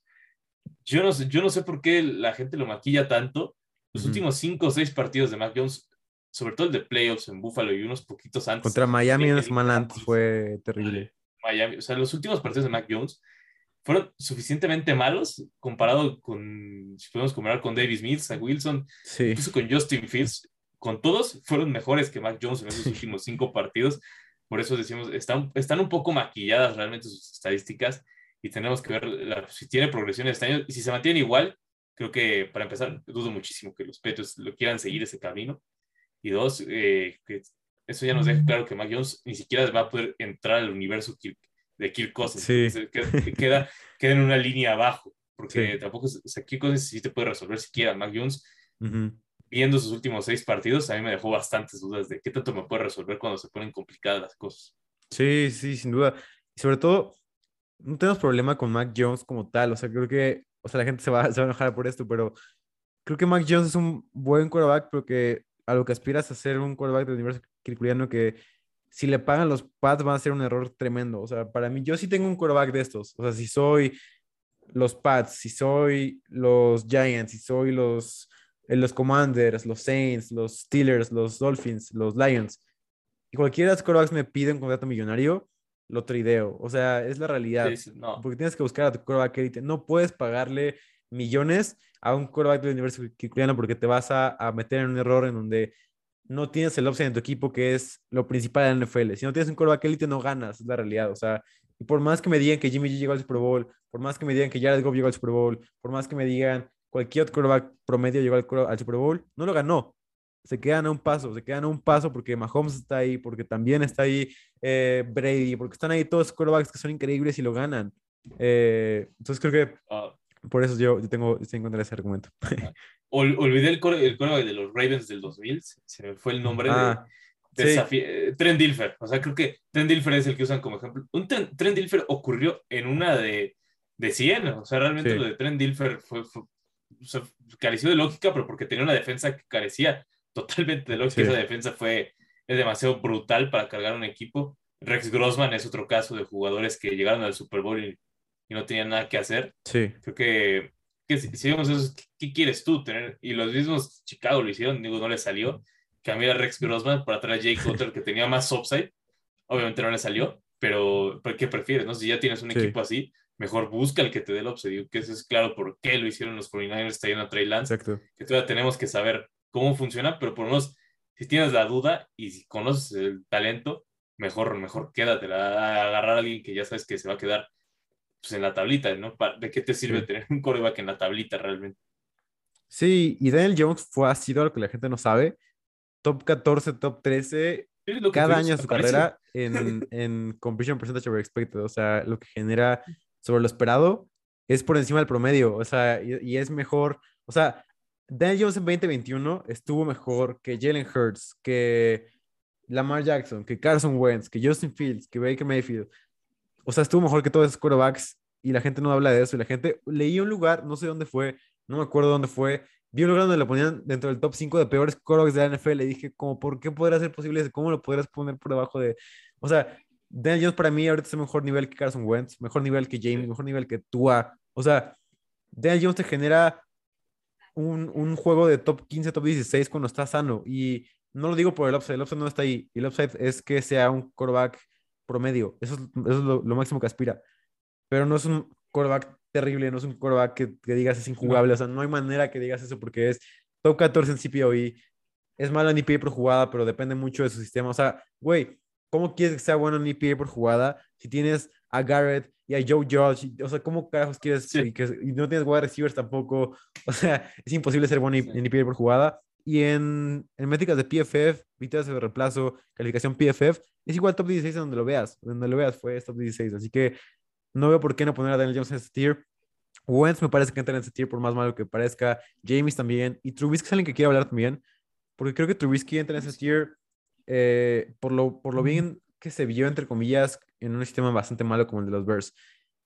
yo no sé, yo no sé por qué la gente lo maquilla tanto. Los ujú. últimos cinco o seis partidos de Mac Jones, sobre todo el de playoffs en Buffalo y unos poquitos antes Contra Miami en una en semana antes Indianapolis, fue terrible. Miami. O sea, los últimos partidos de Mac Jones fueron suficientemente malos comparado con, si podemos comparar con Davis Smith, Zach Wilson, Sí, incluso con Justin Fields. Con todos fueron mejores que Mac Jones en esos sí, últimos cinco partidos. Por eso decimos, están, están un poco maquilladas realmente sus estadísticas y tenemos que ver la, si tiene progresión este año. Y si se mantiene igual, creo que para empezar, dudo muchísimo que los Patriots lo quieran seguir ese camino. Y dos, eh, que eso ya nos deja claro que Mac Jones ni siquiera va a poder entrar al universo de Kirk Cousins. Creo que sí, se queda, queda, queda en una línea abajo, porque sí. tampoco, o sea, Kirk Cousins sí te puede resolver siquiera. Mac Jones, Ujú. viendo sus últimos seis partidos, a mí me dejó bastantes dudas de qué tanto me puede resolver cuando se ponen complicadas las cosas. Sí, sí, sin duda. Y sobre todo, no tenemos problema con Mac Jones como tal. O sea, creo que, o sea, la gente se va, se va a enojar por esto, pero creo que Mac Jones es un buen quarterback, pero que a lo que aspiras a ser un quarterback del universo kirkuriano que si le pagan los pads van a ser un error tremendo. O sea, para mí, yo sí tengo un quarterback de estos. O sea, si soy los Pats, si soy los Giants, si soy los, eh, los Commanders, los Saints, los Steelers, los Dolphins, los Lions, y cualquiera de los quarterbacks me pide un contrato millonario, lo tradeo. O sea, es la realidad. Sí, no, Porque tienes que buscar a tu quarterback élite. No puedes pagarle millones a un quarterback del universo kirkuriano porque te vas a, a meter en un error en donde no tienes el upside en tu equipo, que es lo principal de la N F L. Si no tienes un quarterback élite, no ganas, es la realidad. O sea, Y por más que me digan que Jimmy G llegó al Super Bowl, por más que me digan que Jared Goff llegó al Super Bowl, por más que me digan cualquier otro quarterback promedio llegó al, al Super Bowl, no lo ganó. Se quedan a un paso, se quedan a un paso porque Mahomes está ahí, porque también está ahí eh, Brady, porque están ahí todos los quarterbacks que son increíbles y lo ganan. Eh, entonces creo que Uh, por eso yo, yo tengo, estoy en contra de ese argumento. ol, olvidé el core, el core de los Ravens del dos mil, se me fue el nombre de, Ah, de sí, Safi, eh, Trent Dilfer. O sea, creo que Trent Dilfer es el que usan como ejemplo. Un Trent, Trent Dilfer ocurrió en una de, de cien. O sea, realmente lo sí, de Trent Dilfer fue, fue o sea, careció de lógica, pero porque tenía una defensa que carecía totalmente de lógica. sí, Esa defensa fue es demasiado brutal para cargar un equipo. Rex Grossman es otro caso de jugadores que llegaron al Super Bowl y, y no tenían nada que hacer. sí, Creo que, que si, si vemos eso, ¿qué, ¿qué quieres tú tener? Y los mismos Chicago lo hicieron, digo, no le salió. Cambiar a Rex Grossman para traer a Jay Cutler, que tenía más upside. Obviamente no le salió, pero ¿pero ¿qué prefieres? ¿No? Si ya tienes un sí, equipo así, mejor busca el que te dé el upside. Digo que eso es claro por qué lo hicieron los cuarenta y nueve ers trayendo a Trey Lance, exacto. que todavía tenemos que saber cómo funciona, pero por lo menos si tienes la duda y si conoces el talento, mejor, mejor quédatela, a agarrar a alguien que ya sabes que se va a quedar pues, en la tablita, ¿no? ¿De qué te sirve Sí. tener un coreback en la tablita realmente? Sí, y Daniel Jones fue ha sido lo que la gente no sabe. Top catorce, top trece, Es lo que te cada digo, año se de su aparece. carrera en, en completion percentage over expected. O sea, lo que genera sobre lo esperado es por encima del promedio. O sea, y, y es mejor. O sea, Daniel Jones en veinte veintiuno estuvo mejor que Jalen Hurts, que Lamar Jackson, que Carson Wentz, que Justin Fields, que Baker Mayfield. O sea, estuvo mejor que todos esos quarterbacks y la gente no habla de eso. Y la gente leí un lugar, no sé dónde fue, no me acuerdo dónde fue. Vi un lugar donde lo ponían dentro del top cinco de peores quarterbacks de la N F L. Y dije, como, ¿por qué podrá ser posible eso? ¿Cómo lo podrías poner por debajo de...? O sea, Daniel Jones para mí ahorita es mejor nivel que Carson Wentz, mejor nivel que James, Sí. mejor nivel que Tua. O sea, Daniel Jones te genera un, un juego de top quince, top dieciséis cuando está sano. Y no lo digo por el upside, el upside no está ahí. Y el upside es que sea un quarterback promedio. Eso es, eso es lo, lo máximo que aspira, pero no es un quarterback terrible, no es un quarterback que, que digas es No. injugable, o sea, no hay manera que digas eso porque es top catorce en C P O E, es malo en E P A por jugada, pero depende mucho de su sistema, o sea, güey, ¿cómo quieres que sea bueno en E P A por jugada si tienes a Garrett y a Joe Judge? O sea, ¿cómo carajos quieres y, Sí. que, y no tienes wide receivers tampoco? O sea, es imposible ser bueno Sí. en E P A por jugada. Y en, en métricas de P F F, victorias de reemplazo, calificación P F F, es igual top dieciséis en donde lo veas. Donde lo veas fue top dieciséis. Así que no veo por qué no poner a Daniel Jones en ese tier. Wentz me parece que entra en ese tier por más malo que parezca. James también. Y Trubisky es alguien que quiere hablar también. Porque creo que Trubisky entra en ese tier eh, por, lo, por lo bien que se vio, entre comillas, en un sistema bastante malo como el de los Bears.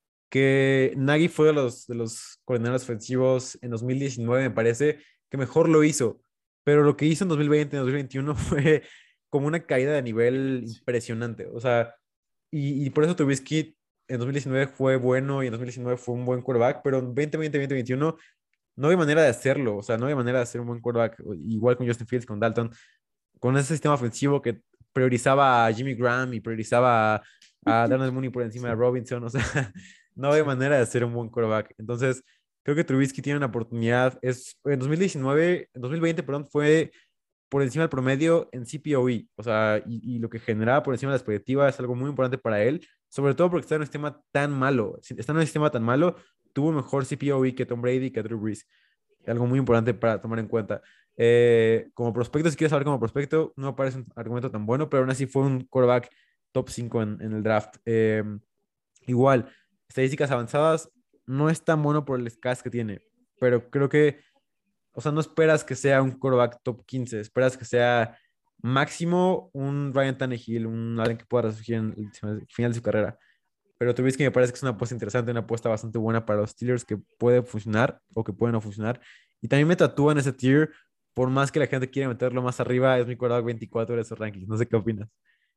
Que Nagy fue de los, de los coordinadores ofensivos en dos mil diecinueve, me parece, que mejor lo hizo. Pero lo que hizo en dos mil veinte, en dos mil veintiuno fue como una caída de nivel impresionante. O sea, y, y por eso Trubisky en dos mil diecinueve fue bueno y en dos mil diecinueve fue un buen quarterback, pero en veinte veinte, veinte veintiuno no había manera de hacerlo. O sea, no había manera de hacer un buen quarterback. Igual con Justin Fields, con Dalton, con ese sistema ofensivo que priorizaba a Jimmy Graham y priorizaba a, a Darnell Mooney por encima de Robinson. O sea, no había manera de hacer un buen quarterback. Entonces, creo que Trubisky tiene una oportunidad. Es, en dos mil diecinueve, en dos mil veinte, perdón, fue por encima del promedio en C P O E, o sea, y, y lo que generaba por encima de la expectativa es algo muy importante para él, sobre todo porque está en un sistema tan malo, si está en un sistema tan malo, tuvo mejor C P O E que Tom Brady, que Drew Brees, algo muy importante para tomar en cuenta. Eh, como prospecto, si quieres saber como prospecto, no me parece un argumento tan bueno, pero aún así fue un quarterback top cinco en, en el draft. Eh, igual, estadísticas avanzadas, no es tan bueno por el escasez que tiene, pero creo que o sea, no esperas que sea un quarterback top quince, esperas que sea máximo un Ryan Tannehill, un alguien que pueda resurgir en el final de su carrera. Pero Trubisky me parece que es una apuesta interesante, una apuesta bastante buena para los Steelers que puede funcionar o que puede no funcionar. Y también me tatúa en ese tier, por más que la gente quiera meterlo más arriba, es mi quarterback veinticuatro de esos rankings. No sé qué opinas.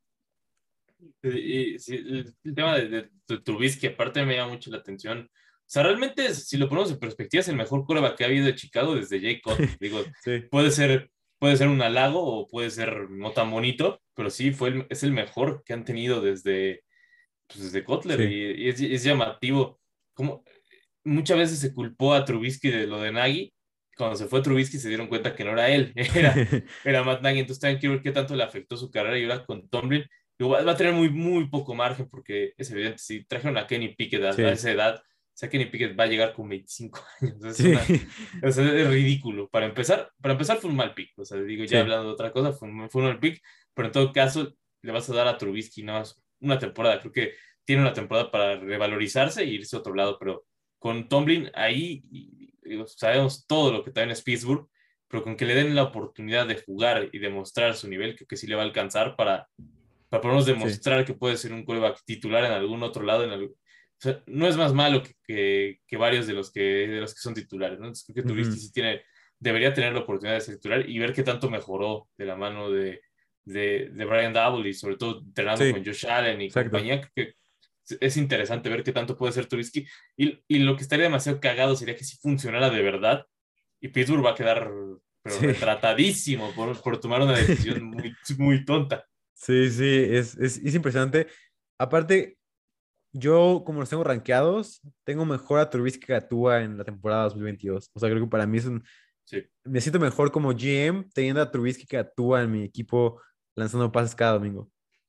Y, y, sí, el, el tema de, de, de Trubisky, aparte me llama mucho la atención. O sea, realmente, si lo ponemos en perspectiva, es el mejor quarterback que ha habido de Chicago desde Jay Cutler. Digo, Sí, puede ser, puede ser un halago o puede ser no tan bonito, pero sí fue el, es el mejor que han tenido desde, pues, desde Cutler. sí, Y, y es, es llamativo. Como muchas veces se culpó a Trubisky de lo de Nagy. Cuando se fue Trubisky se dieron cuenta que no era él, era, era Matt Nagy. Entonces también quiero ver qué tanto le afectó su carrera y ahora con Tomlin digo, va, va a tener muy, muy poco margen porque es evidente, si trajeron a Kenny Pickett a, a Sí, esa edad, o sea, Kenny Pickett va a llegar con veinticinco años. Es sí, una, o sea, es ridículo. Para empezar, para empezar fue un mal pick. O sea, digo, ya sí, hablando de otra cosa, fue un, fue un mal pick, pero en todo caso le vas a dar a Trubisky nada más una temporada. Creo que tiene una temporada para revalorizarse e irse a otro lado, pero con Tomlin ahí y- digo, sabemos todo lo que también es Pittsburgh, pero con que le den la oportunidad de jugar y demostrar su nivel, creo que sí le va a alcanzar para, para por lo menos sí. demostrar que puede ser un quarterback titular en algún otro lado, en algún, o sea, no es más malo que, que, que, varios de los que, de los que son titulares, ¿no? Entonces creo que Trubisky Ujú. sí tiene, debería tener la oportunidad de ser titular y ver qué tanto mejoró de la mano de, de, de Brian Double y sobre todo entrenando Sí, con Josh Allen y exacto. compañía, que es interesante ver qué tanto puede ser Trubisky y, y lo que estaría demasiado cagado sería que si funcionara de verdad y Pittsburgh va a quedar pero Sí. retratadísimo por, por tomar una decisión muy, muy tonta. Sí, sí, es, es, es impresionante. Aparte, yo, como los tengo rankeados, tengo mejor a Trubisky que a Tua en la temporada dos mil veintidós. O sea, creo que para mí es un... Sí. Me siento mejor como G M teniendo a Trubisky que a Tua en mi equipo lanzando pases cada domingo.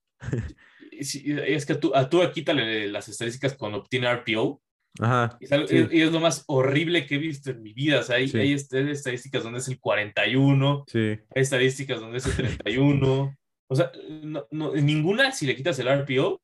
Y, sí, y es que tú, a tú quítale las estadísticas cuando obtiene R P O. Ajá, Y es, algo- sí, y es lo más horrible que he visto en mi vida. O sea, hay, hay sí, est- estadísticas donde es el cuarenta y uno, sí, hay estadísticas donde es el treinta y uno. O sea, no, no, en ninguna, si le quitas el R P O,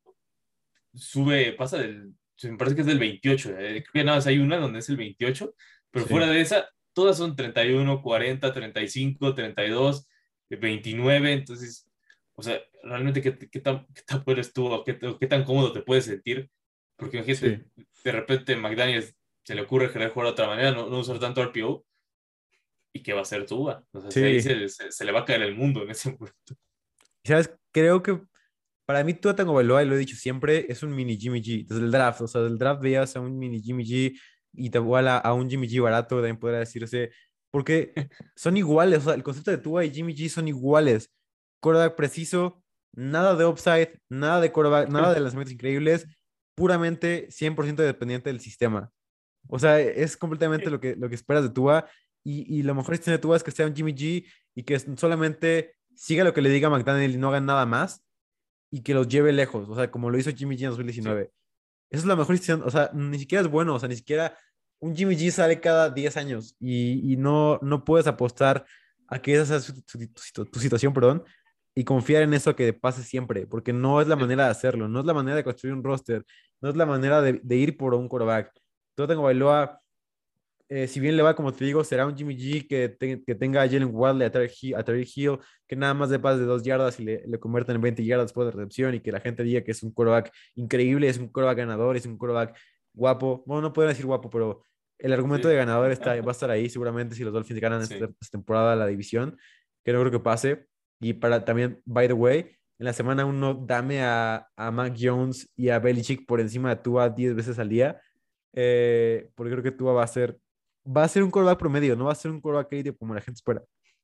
sube, pasa del, me parece que es del veintiocho. eh, Creo que nada más hay una donde es el veintiocho, pero fuera sí, de esa, todas son treinta y uno, cuarenta, treinta y cinco, treinta y dos, eh, veintinueve. Entonces, o sea, realmente, ¿qué, qué tan, qué tan bueno estuvo? ¿Qué, qué tan cómodo te puedes sentir? Porque sí, imagínate, de repente McDaniels se le ocurre querer jugar de otra manera, no, no usar tanto R P O, ¿y qué va a hacer Tua? O sea, si ahí sí. se, se, se le va a caer el mundo en ese momento. ¿Sabes? Creo que para mí Tua Tagovailoa, y lo he dicho siempre, es un mini Jimmy G. Desde el draft, o sea, del draft veías a un mini Jimmy G y te igual a, a un Jimmy G barato, también podría decirse, porque son iguales, o sea, el concepto de Tua y Jimmy G son iguales. Quarterback preciso, nada de upside, nada de quarterback, nada de lanzamientos increíbles, puramente cien por ciento dependiente del sistema. O sea, es completamente lo que, lo que esperas de Tua. Y, y lo mejor decisión de Tua es que sea un Jimmy G y que solamente siga lo que le diga McDaniel y no haga nada más y que los lleve lejos. O sea, como lo hizo Jimmy G en Sí, dos mil diecinueve. Esa es la mejor decisión. O sea, ni siquiera es bueno. O sea, ni siquiera un Jimmy G sale cada diez años y, y no, no puedes apostar a que esa sea su- su- tu, situ- tu situación, perdón, y confiar en eso que pase siempre, porque no es la sí, manera de hacerlo, no es la manera de construir un roster, no es la manera de, de ir por un quarterback. Yo tengo Bailoa, eh, si bien le va, como te digo, será un Jimmy G que, te- que tenga a Jalen Waddle, a Tyreek Hill, a Tyreek Hill, que nada más de pases de dos yardas y le, le convierten en veinte yardas después de recepción y que la gente diga que es un quarterback increíble, es un quarterback ganador, es un quarterback guapo. Bueno, no pueden decir guapo, pero el argumento de sí. ganador está, va a estar ahí seguramente si los Dolphins ganan esta, Sí. esta temporada la división, que no creo que pase. Y para también, by the way, en la semana uno dame a, a Mac Jones y a Belichick por encima de Tua diez veces al día, eh, porque creo que Tua va a ser va a ser un quarterback promedio, no va a ser un quarterback elite como la gente espera.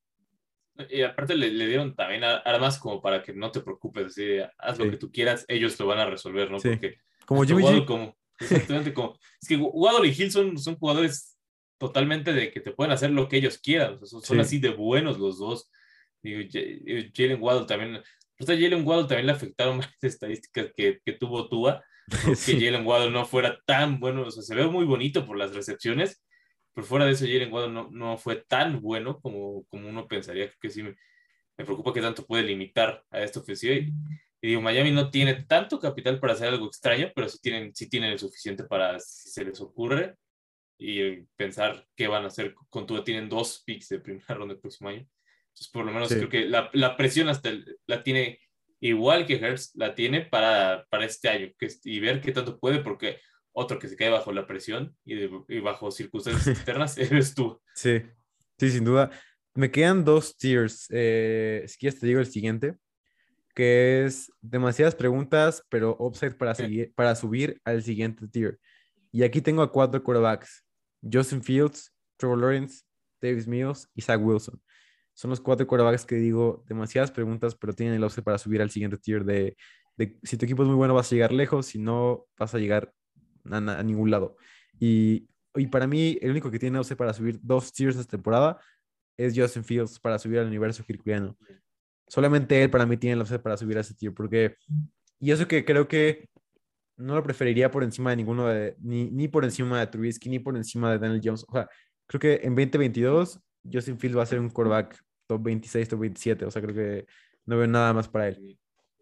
Y aparte le, le dieron también a- armas como para que no te preocupes, así, haz lo que Sí, tú quieras, ellos lo van a resolver, ¿no? sí. Porque Como tanto Jimmy Waddle G. como, exactamente como, es que Waddle y Hill son, son jugadores totalmente de que te pueden hacer lo que ellos quieran, o sea, son, son Sí, así de buenos los dos. Digo, J- eh, Jalen Waddle también, o sea, Jalen Waddle también le afectaron más estadísticas que, que tuvo Tua, no que sí, Jalen Waddle no fuera tan bueno, o sea, se ve muy bonito por las recepciones, pero fuera de eso Jalen Waddle no, no fue tan bueno como, como uno pensaría, creo que sí me, me preocupa que tanto puede limitar a esta ofensiva. Y, y digo, Miami no tiene tanto capital para hacer algo extraño, pero sí tienen, sí tienen el suficiente para, si se les ocurre, y pensar qué van a hacer con todo. Tienen dos picks de primera ronda el próximo año. Entonces, por lo menos creo sí, que la, la presión hasta el, la tiene igual que Hertz, la tiene para, para este año que, y ver qué tanto puede, porque otro que se cae bajo la presión y, de, y bajo circunstancias externas eres tú. sí, sí, sin duda. Me quedan dos tiers. Eh, si quieres te digo el siguiente, que es demasiadas preguntas, pero upside para, seguir, para subir al siguiente tier. Y aquí tengo a cuatro quarterbacks. Justin Fields, Trevor Lawrence, Davis Mills y Zach Wilson. Son los cuatro quarterbacks que digo, demasiadas preguntas, pero tienen el upside para subir al siguiente tier de, de si tu equipo es muy bueno vas a llegar lejos, si no vas a llegar a, a ningún lado. Y, y para mí el único que tiene upside para subir dos tiers esta temporada es Justin Fields para subir al universo herculeano. solamente él para mí tiene el upside para subir a ese tier, porque, y eso que creo que no lo preferiría por encima de ninguno de, ni, ni por encima de Trubisky, ni por encima de Daniel Jones. O sea, creo que en veinte veintidós Justin Fields va a ser un quarterback top veintiséis, top veintisiete. O sea, creo que no veo nada más para él.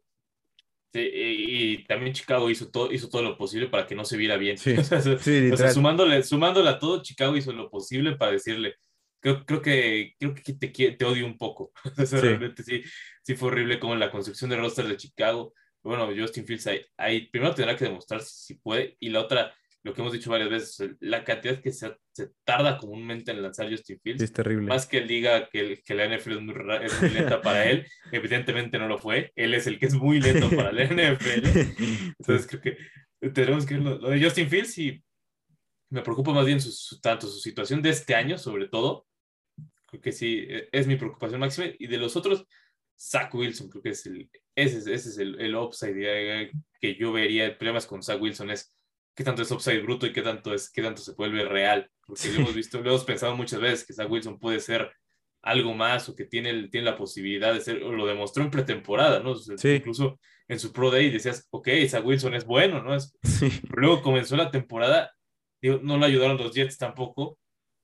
Sí, y, y también Chicago hizo todo, hizo todo lo posible para que no se viera bien. Sí, O sea, sí, o sea, literal. sumándole, sumándole a todo, Chicago hizo lo posible para decirle, creo, creo que, creo que te, quie- te odio un poco. O sea, Sí, realmente sí, sí fue horrible como la construcción de roster de Chicago. Bueno, Justin Fields ahí, ahí primero tendrá que demostrar si, si puede, y la otra, lo que hemos dicho varias veces, la cantidad que se, se tarda comúnmente en lanzar Justin sí, Fields, es terrible. más que él diga que, el- que la N F L es muy, ra- es muy lenta para él, evidentemente no lo fue, él es el que es muy lento para la N F L. Sí, Entonces creo que tenemos que ver lo, lo de Justin Fields, y me preocupa más bien su, su- tanto su situación de este año, sobre todo, creo que sí, e- es mi preocupación máxima, y de los otros, Zach Wilson, creo que es el, ese, es- ese es el, el upside eh, que yo vería. El problema es con Zach Wilson es qué tanto es upside bruto y qué tanto, es, qué tanto se vuelve real, porque lo hemos sí, visto, lo hemos pensado muchas veces que Zach Wilson puede ser algo más, o que tiene, el- tiene la posibilidad de ser, o lo demostró en pretemporada, ¿no? O sea, sí, incluso en su Pro Day decías, ok, Zach Wilson es bueno, ¿no? Es, sí, pero luego comenzó la temporada, digo, no lo ayudaron los Jets tampoco,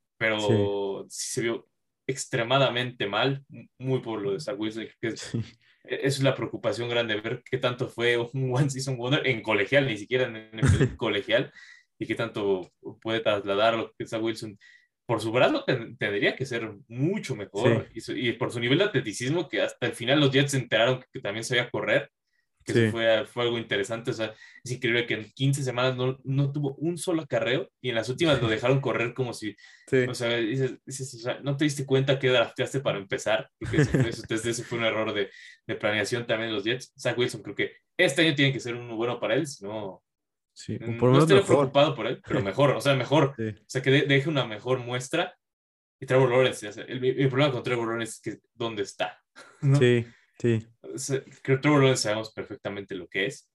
sí, pero sí se vio extremadamente mal, muy por lo de Zach Wilson. Que es, sí, es la preocupación grande, ver qué tanto fue un One Season Wonder en colegial, ni siquiera en N F L, en colegial, y qué tanto puede trasladar lo que Zach Wilson. Por su brazo ten- tendría que ser mucho sí, mejor, y, su- y por su nivel de atleticismo, que hasta el final los Jets se enteraron que, que también sabía correr, que eso sí, fue, fue algo interesante. O sea, es increíble que en quince semanas no, no tuvo un solo acarreo, y en las últimas lo dejaron correr como si, o sí, sea, dices, dices, o sea, no te diste cuenta que drafteaste para empezar. Creo que eso fue, eso, desde ese fue un error de, de planeación también de los Jets. Zach Wilson, creo que este año tiene que ser uno bueno para él, si no, sí, o por lo no menos estaría mejor. preocupado por él, pero mejor, o sea, mejor, o Sí, sea, que de- deje una mejor muestra. Y Trevor Lawrence, o sea, el, el problema con Trevor Lawrence es que dónde está, ¿no? sí, sí, O sea, creo que Trevor Lawrence sabemos perfectamente lo que es,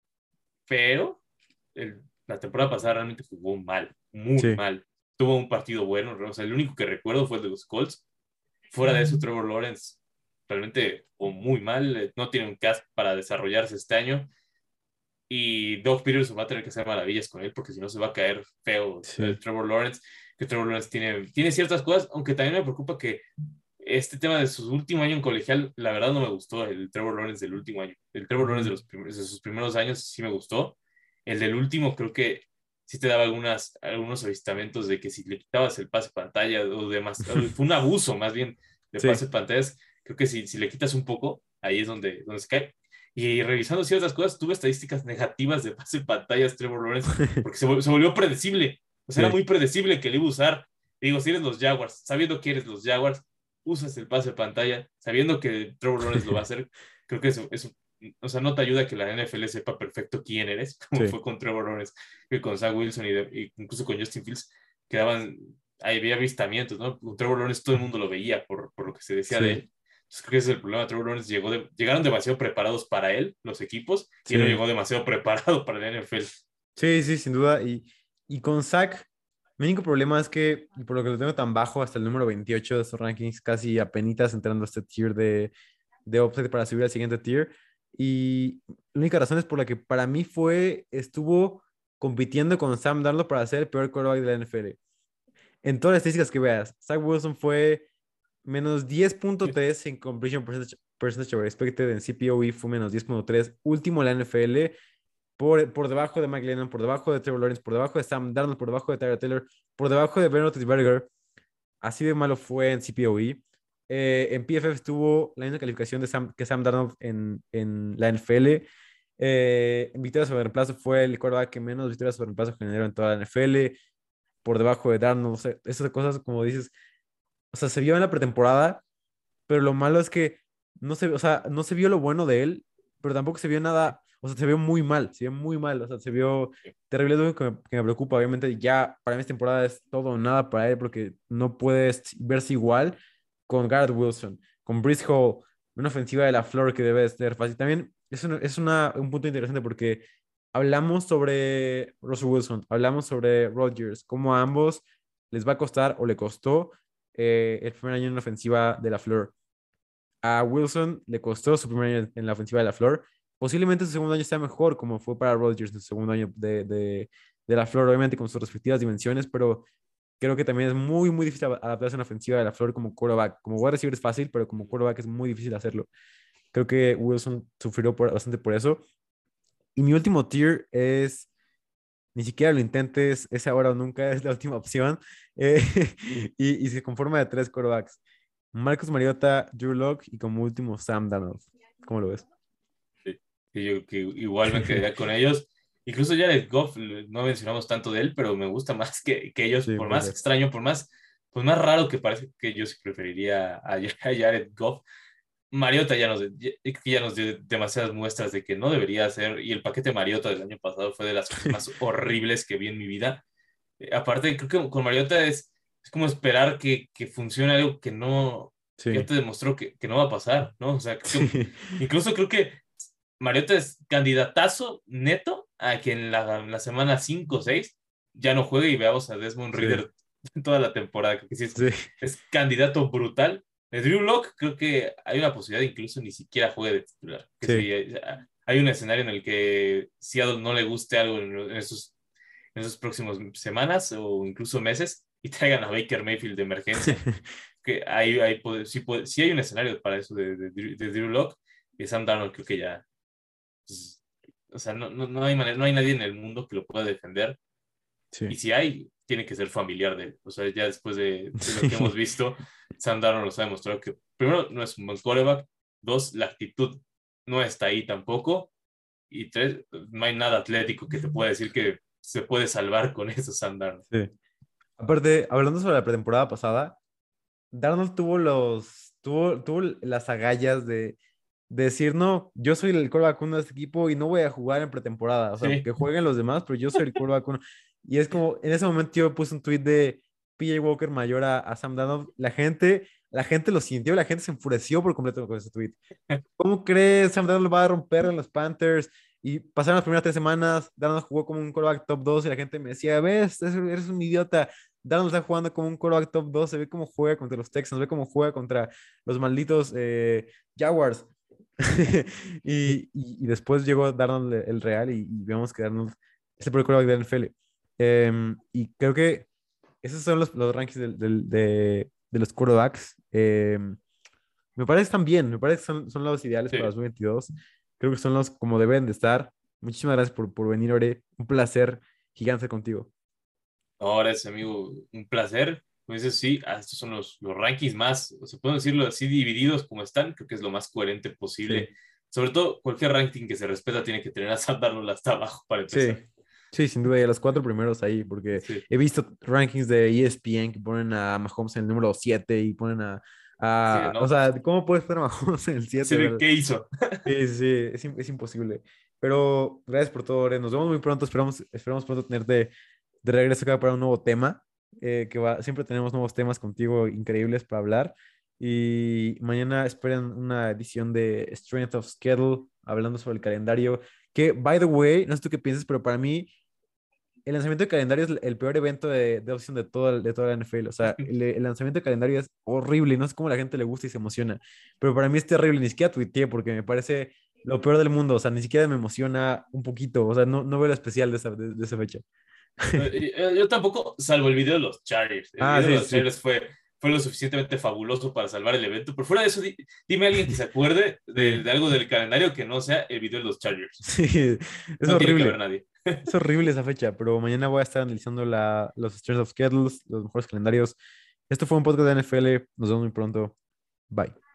pero el- la temporada pasada realmente jugó mal, muy sí, mal. Tuvo un partido bueno, o sea, el único que recuerdo fue el de los Colts. Fuera de eso, Trevor Lawrence realmente o muy mal, eh, no tiene un cast para desarrollarse este año, y Doug Peterson va a tener que hacer maravillas con él, porque si no se va a caer feo el sí, Trevor Lawrence. Que Trevor Lawrence tiene, tiene ciertas cosas, aunque también me preocupa que este tema de su último año en colegial, la verdad no me gustó el Trevor Lawrence del último año. El Trevor Lawrence de, ujú, los prim- de sus primeros años sí me gustó. El del último creo que sí te daba algunas, algunos avistamientos de que si le quitabas el pase pantalla o demás, fue un abuso más bien de sí, pase pantallas. Creo que si, si le quitas un poco, ahí es donde, donde se cae. Y revisando ciertas cosas, tuve estadísticas negativas de pase pantallas Trevor Lawrence, porque se, vol- se volvió predecible. O sea, era sí, muy predecible que le iba a usar. Digo, si eres los Jaguars, sabiendo que eres los Jaguars, usas el pase de pantalla, sabiendo que Trevor Lawrence lo va a hacer. Creo que eso, eso, o sea, no te ayuda a que la N F L sepa perfecto quién eres, como sí, fue con Trevor Lawrence, y con Zach Wilson, y, de, y incluso con Justin Fields, quedaban, ahí había avistamientos, ¿no? Con Trevor Lawrence todo el mundo lo veía por, por lo que se decía de sí, él. Entonces creo que ese es el problema. Trevor Lawrence llegó de, llegaron demasiado preparados para él, los equipos, y él no sí. llegó demasiado preparado para la N F L. Sí, sí, sin duda. Y, y con Zach, mi único problema es que, y por lo que lo tengo tan bajo hasta el número veintiocho de estos rankings, casi apenitas entrando a este tier de, de upside para subir al siguiente tier. Y la única razón es por la que para mí fue, estuvo compitiendo con Sam Darnold para ser el peor quarterback de la N F L. En todas las estadísticas que veas, Zach Wilson fue menos diez punto tres en completion percentage, percentage over expected, en C P O E fue menos diez punto tres, último en la N F L, por, por debajo de Mike Lennon, por debajo de Trevor Lawrence, por debajo de Sam Darnold, por debajo de Tyler Taylor, por debajo de Ben Roethlisberger. Así de malo fue en C P O E. Eh, en P F F estuvo la misma calificación de Sam, que Sam Darnold en, en la N F L. Eh, en victorias sobre reemplazo fue el quarterback que menos victorias sobre reemplazo generó en toda la N F L, por debajo de Darnold. O sea, esas cosas, como dices, o sea, se vio en la pretemporada, pero lo malo es que no se, o sea, no se vio lo bueno de él, pero tampoco se vio nada, o sea, se vio muy mal, se vio muy mal, o sea, se vio terrible, es algo que me, que me preocupa. Obviamente ya para mí esta temporada es todo o nada para él, porque no puedes verse igual con Garrett Wilson, con Breece Hall, una ofensiva de la flor que debe ser fácil. También es, una, es una, un punto interesante porque hablamos sobre Russell Wilson, hablamos sobre Rodgers, cómo a ambos les va a costar o le costó eh, el primer año en una ofensiva de la flor. a Wilson le costó su primer año en la ofensiva de la flor. Posiblemente su segundo año sea mejor, como fue para Rodgers en su segundo año de, de, de la flor, obviamente con sus respectivas dimensiones, pero creo que también es muy, muy difícil adaptarse a una ofensiva de la flor como quarterback. Como wide receiver es fácil, pero como quarterback es muy difícil hacerlo. Creo que Wilson sufrió por, bastante por eso. Y mi último tier es, ni siquiera lo intentes, es ahora o nunca, es la última opción. Eh, y, y se conforma de tres quarterbacks. Marcus Mariota, Drew Lock y como último Sam Darnold. ¿Cómo lo ves? Sí, sí, yo que igual me quedaría con ellos. Incluso Jared Goff, no mencionamos tanto de él, pero me gusta más que, que ellos, Sí, por puede más ser. extraño, por más, pues más raro que parece, que yo sí preferiría a, a Jared Goff. Mariota ya nos, ya, ya nos dio demasiadas muestras de que no debería ser, y el paquete Mariota del año pasado fue de las cosas más horribles que vi en mi vida. Eh, aparte, creo que con Mariota es, es como esperar que, que funcione algo que no, que ya Sí. te demostró que, que no va a pasar, ¿no? O sea, creo que, Sí. incluso creo que Mariota es candidatazo neto a que en la, en la semana cinco o seis ya no juegue y veamos a Desmond Sí. Ridder toda la temporada. Creo que sí es, Sí. es candidato brutal. De Drew Lock creo que hay una posibilidad de incluso ni siquiera juegue de titular. Que Sí. si hay, hay un escenario en el que Seattle no le guste algo en, en esos en esas próximas semanas o incluso meses y traigan a Baker Mayfield de emergencia, que ahí, ahí puede, sí, puede, sí hay un escenario para eso de, de, de Drew Lock y Sam Darnold creo que ya, pues, o sea, no, no, no, hay manera, no hay nadie en el mundo que lo pueda defender y Sí. si hay, tiene que ser familiar de él. O sea, ya después de, de lo que hemos Sí. visto, Sam Darnold nos ha demostrado que primero no es un buen quarterback, dos, la actitud no está ahí tampoco y tres, no hay nada atlético que te pueda decir que se puede salvar con eso, Sam Darnold. Sí. Aparte, hablando sobre la pretemporada pasada, Darnold tuvo los, tuvo, tuvo las agallas de, de decir, no, yo soy el quarterback uno de este equipo y no voy a jugar en pretemporada. O sea, Sí, que jueguen los demás, pero yo soy el quarterback uno. Y es como, en ese momento yo puse un tweet de P J Walker mayor a, a Sam Darnold. La gente, la gente lo sintió, la gente se enfureció por completo con ese tweet. ¿Cómo crees? Sam Darnold va a romper en los Panthers. Y pasaron las primeras tres semanas, Darnold jugó como un quarterback top dos y la gente me decía, ves, eres un idiota. Darnold está jugando como un quarterback top dos, se ve cómo juega contra los Texans, ve cómo juega contra los malditos eh, Jaguars. y, y, y, después llegó Darnold el real y, y vemos que Darnold es el peor quarterback de la N F L. Eh, y creo que esos son los, los rankings del- del- de, de los quarterbacks. Eh, me parece que están bien, me parece que son, son los ideales para sí. dos mil veintidós. Creo que son los como deben de estar. Muchísimas gracias por, por venir, Ore. Un placer gigante contigo. Ahora es, amigo, un placer. Pues eso sí, ah, estos son los, los rankings más, o se pueden decirlo así, divididos como están. Creo que es lo más coherente Sí, posible. Sobre todo, cualquier ranking que se respeta tiene que tener a Sam Darnold hasta abajo para sí, empezar. sí, sin duda. Y a los cuatro primeros ahí, porque Sí, he visto rankings de E S P N que ponen a Mahomes en el número siete y ponen a, sí, a- o no. sea, ¿cómo puedes poner a Mahomes en el Sí, siete? de qué hizo. Sí, sí, sí, es, im- es imposible. Pero gracias por todo, Ore. Nos vemos muy pronto. Esperamos, esperamos pronto tenerte de regreso acá para un nuevo tema. Eh, que va, siempre tenemos nuevos temas contigo increíbles para hablar. Y mañana esperen una edición de Strength of Schedule hablando sobre el calendario. Que, by the way, no sé tú qué piensas, pero para mí el lanzamiento de calendario es el el peor evento de, de opción de, todo, de toda la N F L. O sea, el, el lanzamiento de calendario es horrible. No sé cómo a la gente le gusta y se emociona. Pero para mí es terrible. Ni siquiera tuiteé porque me parece lo peor del mundo. O sea, ni siquiera me emociona un poquito. O sea, no, no veo lo especial de esa, de, de esa fecha. Eh, eh, Yo tampoco, salvo el video de los Chargers. El Ah, video de sí, los sí. Chargers fue, fue lo suficientemente fabuloso para salvar el evento. Pero fuera de eso, di- dime a alguien que se acuerde de, Sí, de algo del calendario que no sea el video de los Chargers. sí. Es No tiene que haber horrible. nadie. Es horrible esa fecha, pero mañana voy a estar analizando la, los Strengths of Schedules, los mejores calendarios. Esto fue un podcast de N F L. Nos vemos muy pronto. Bye.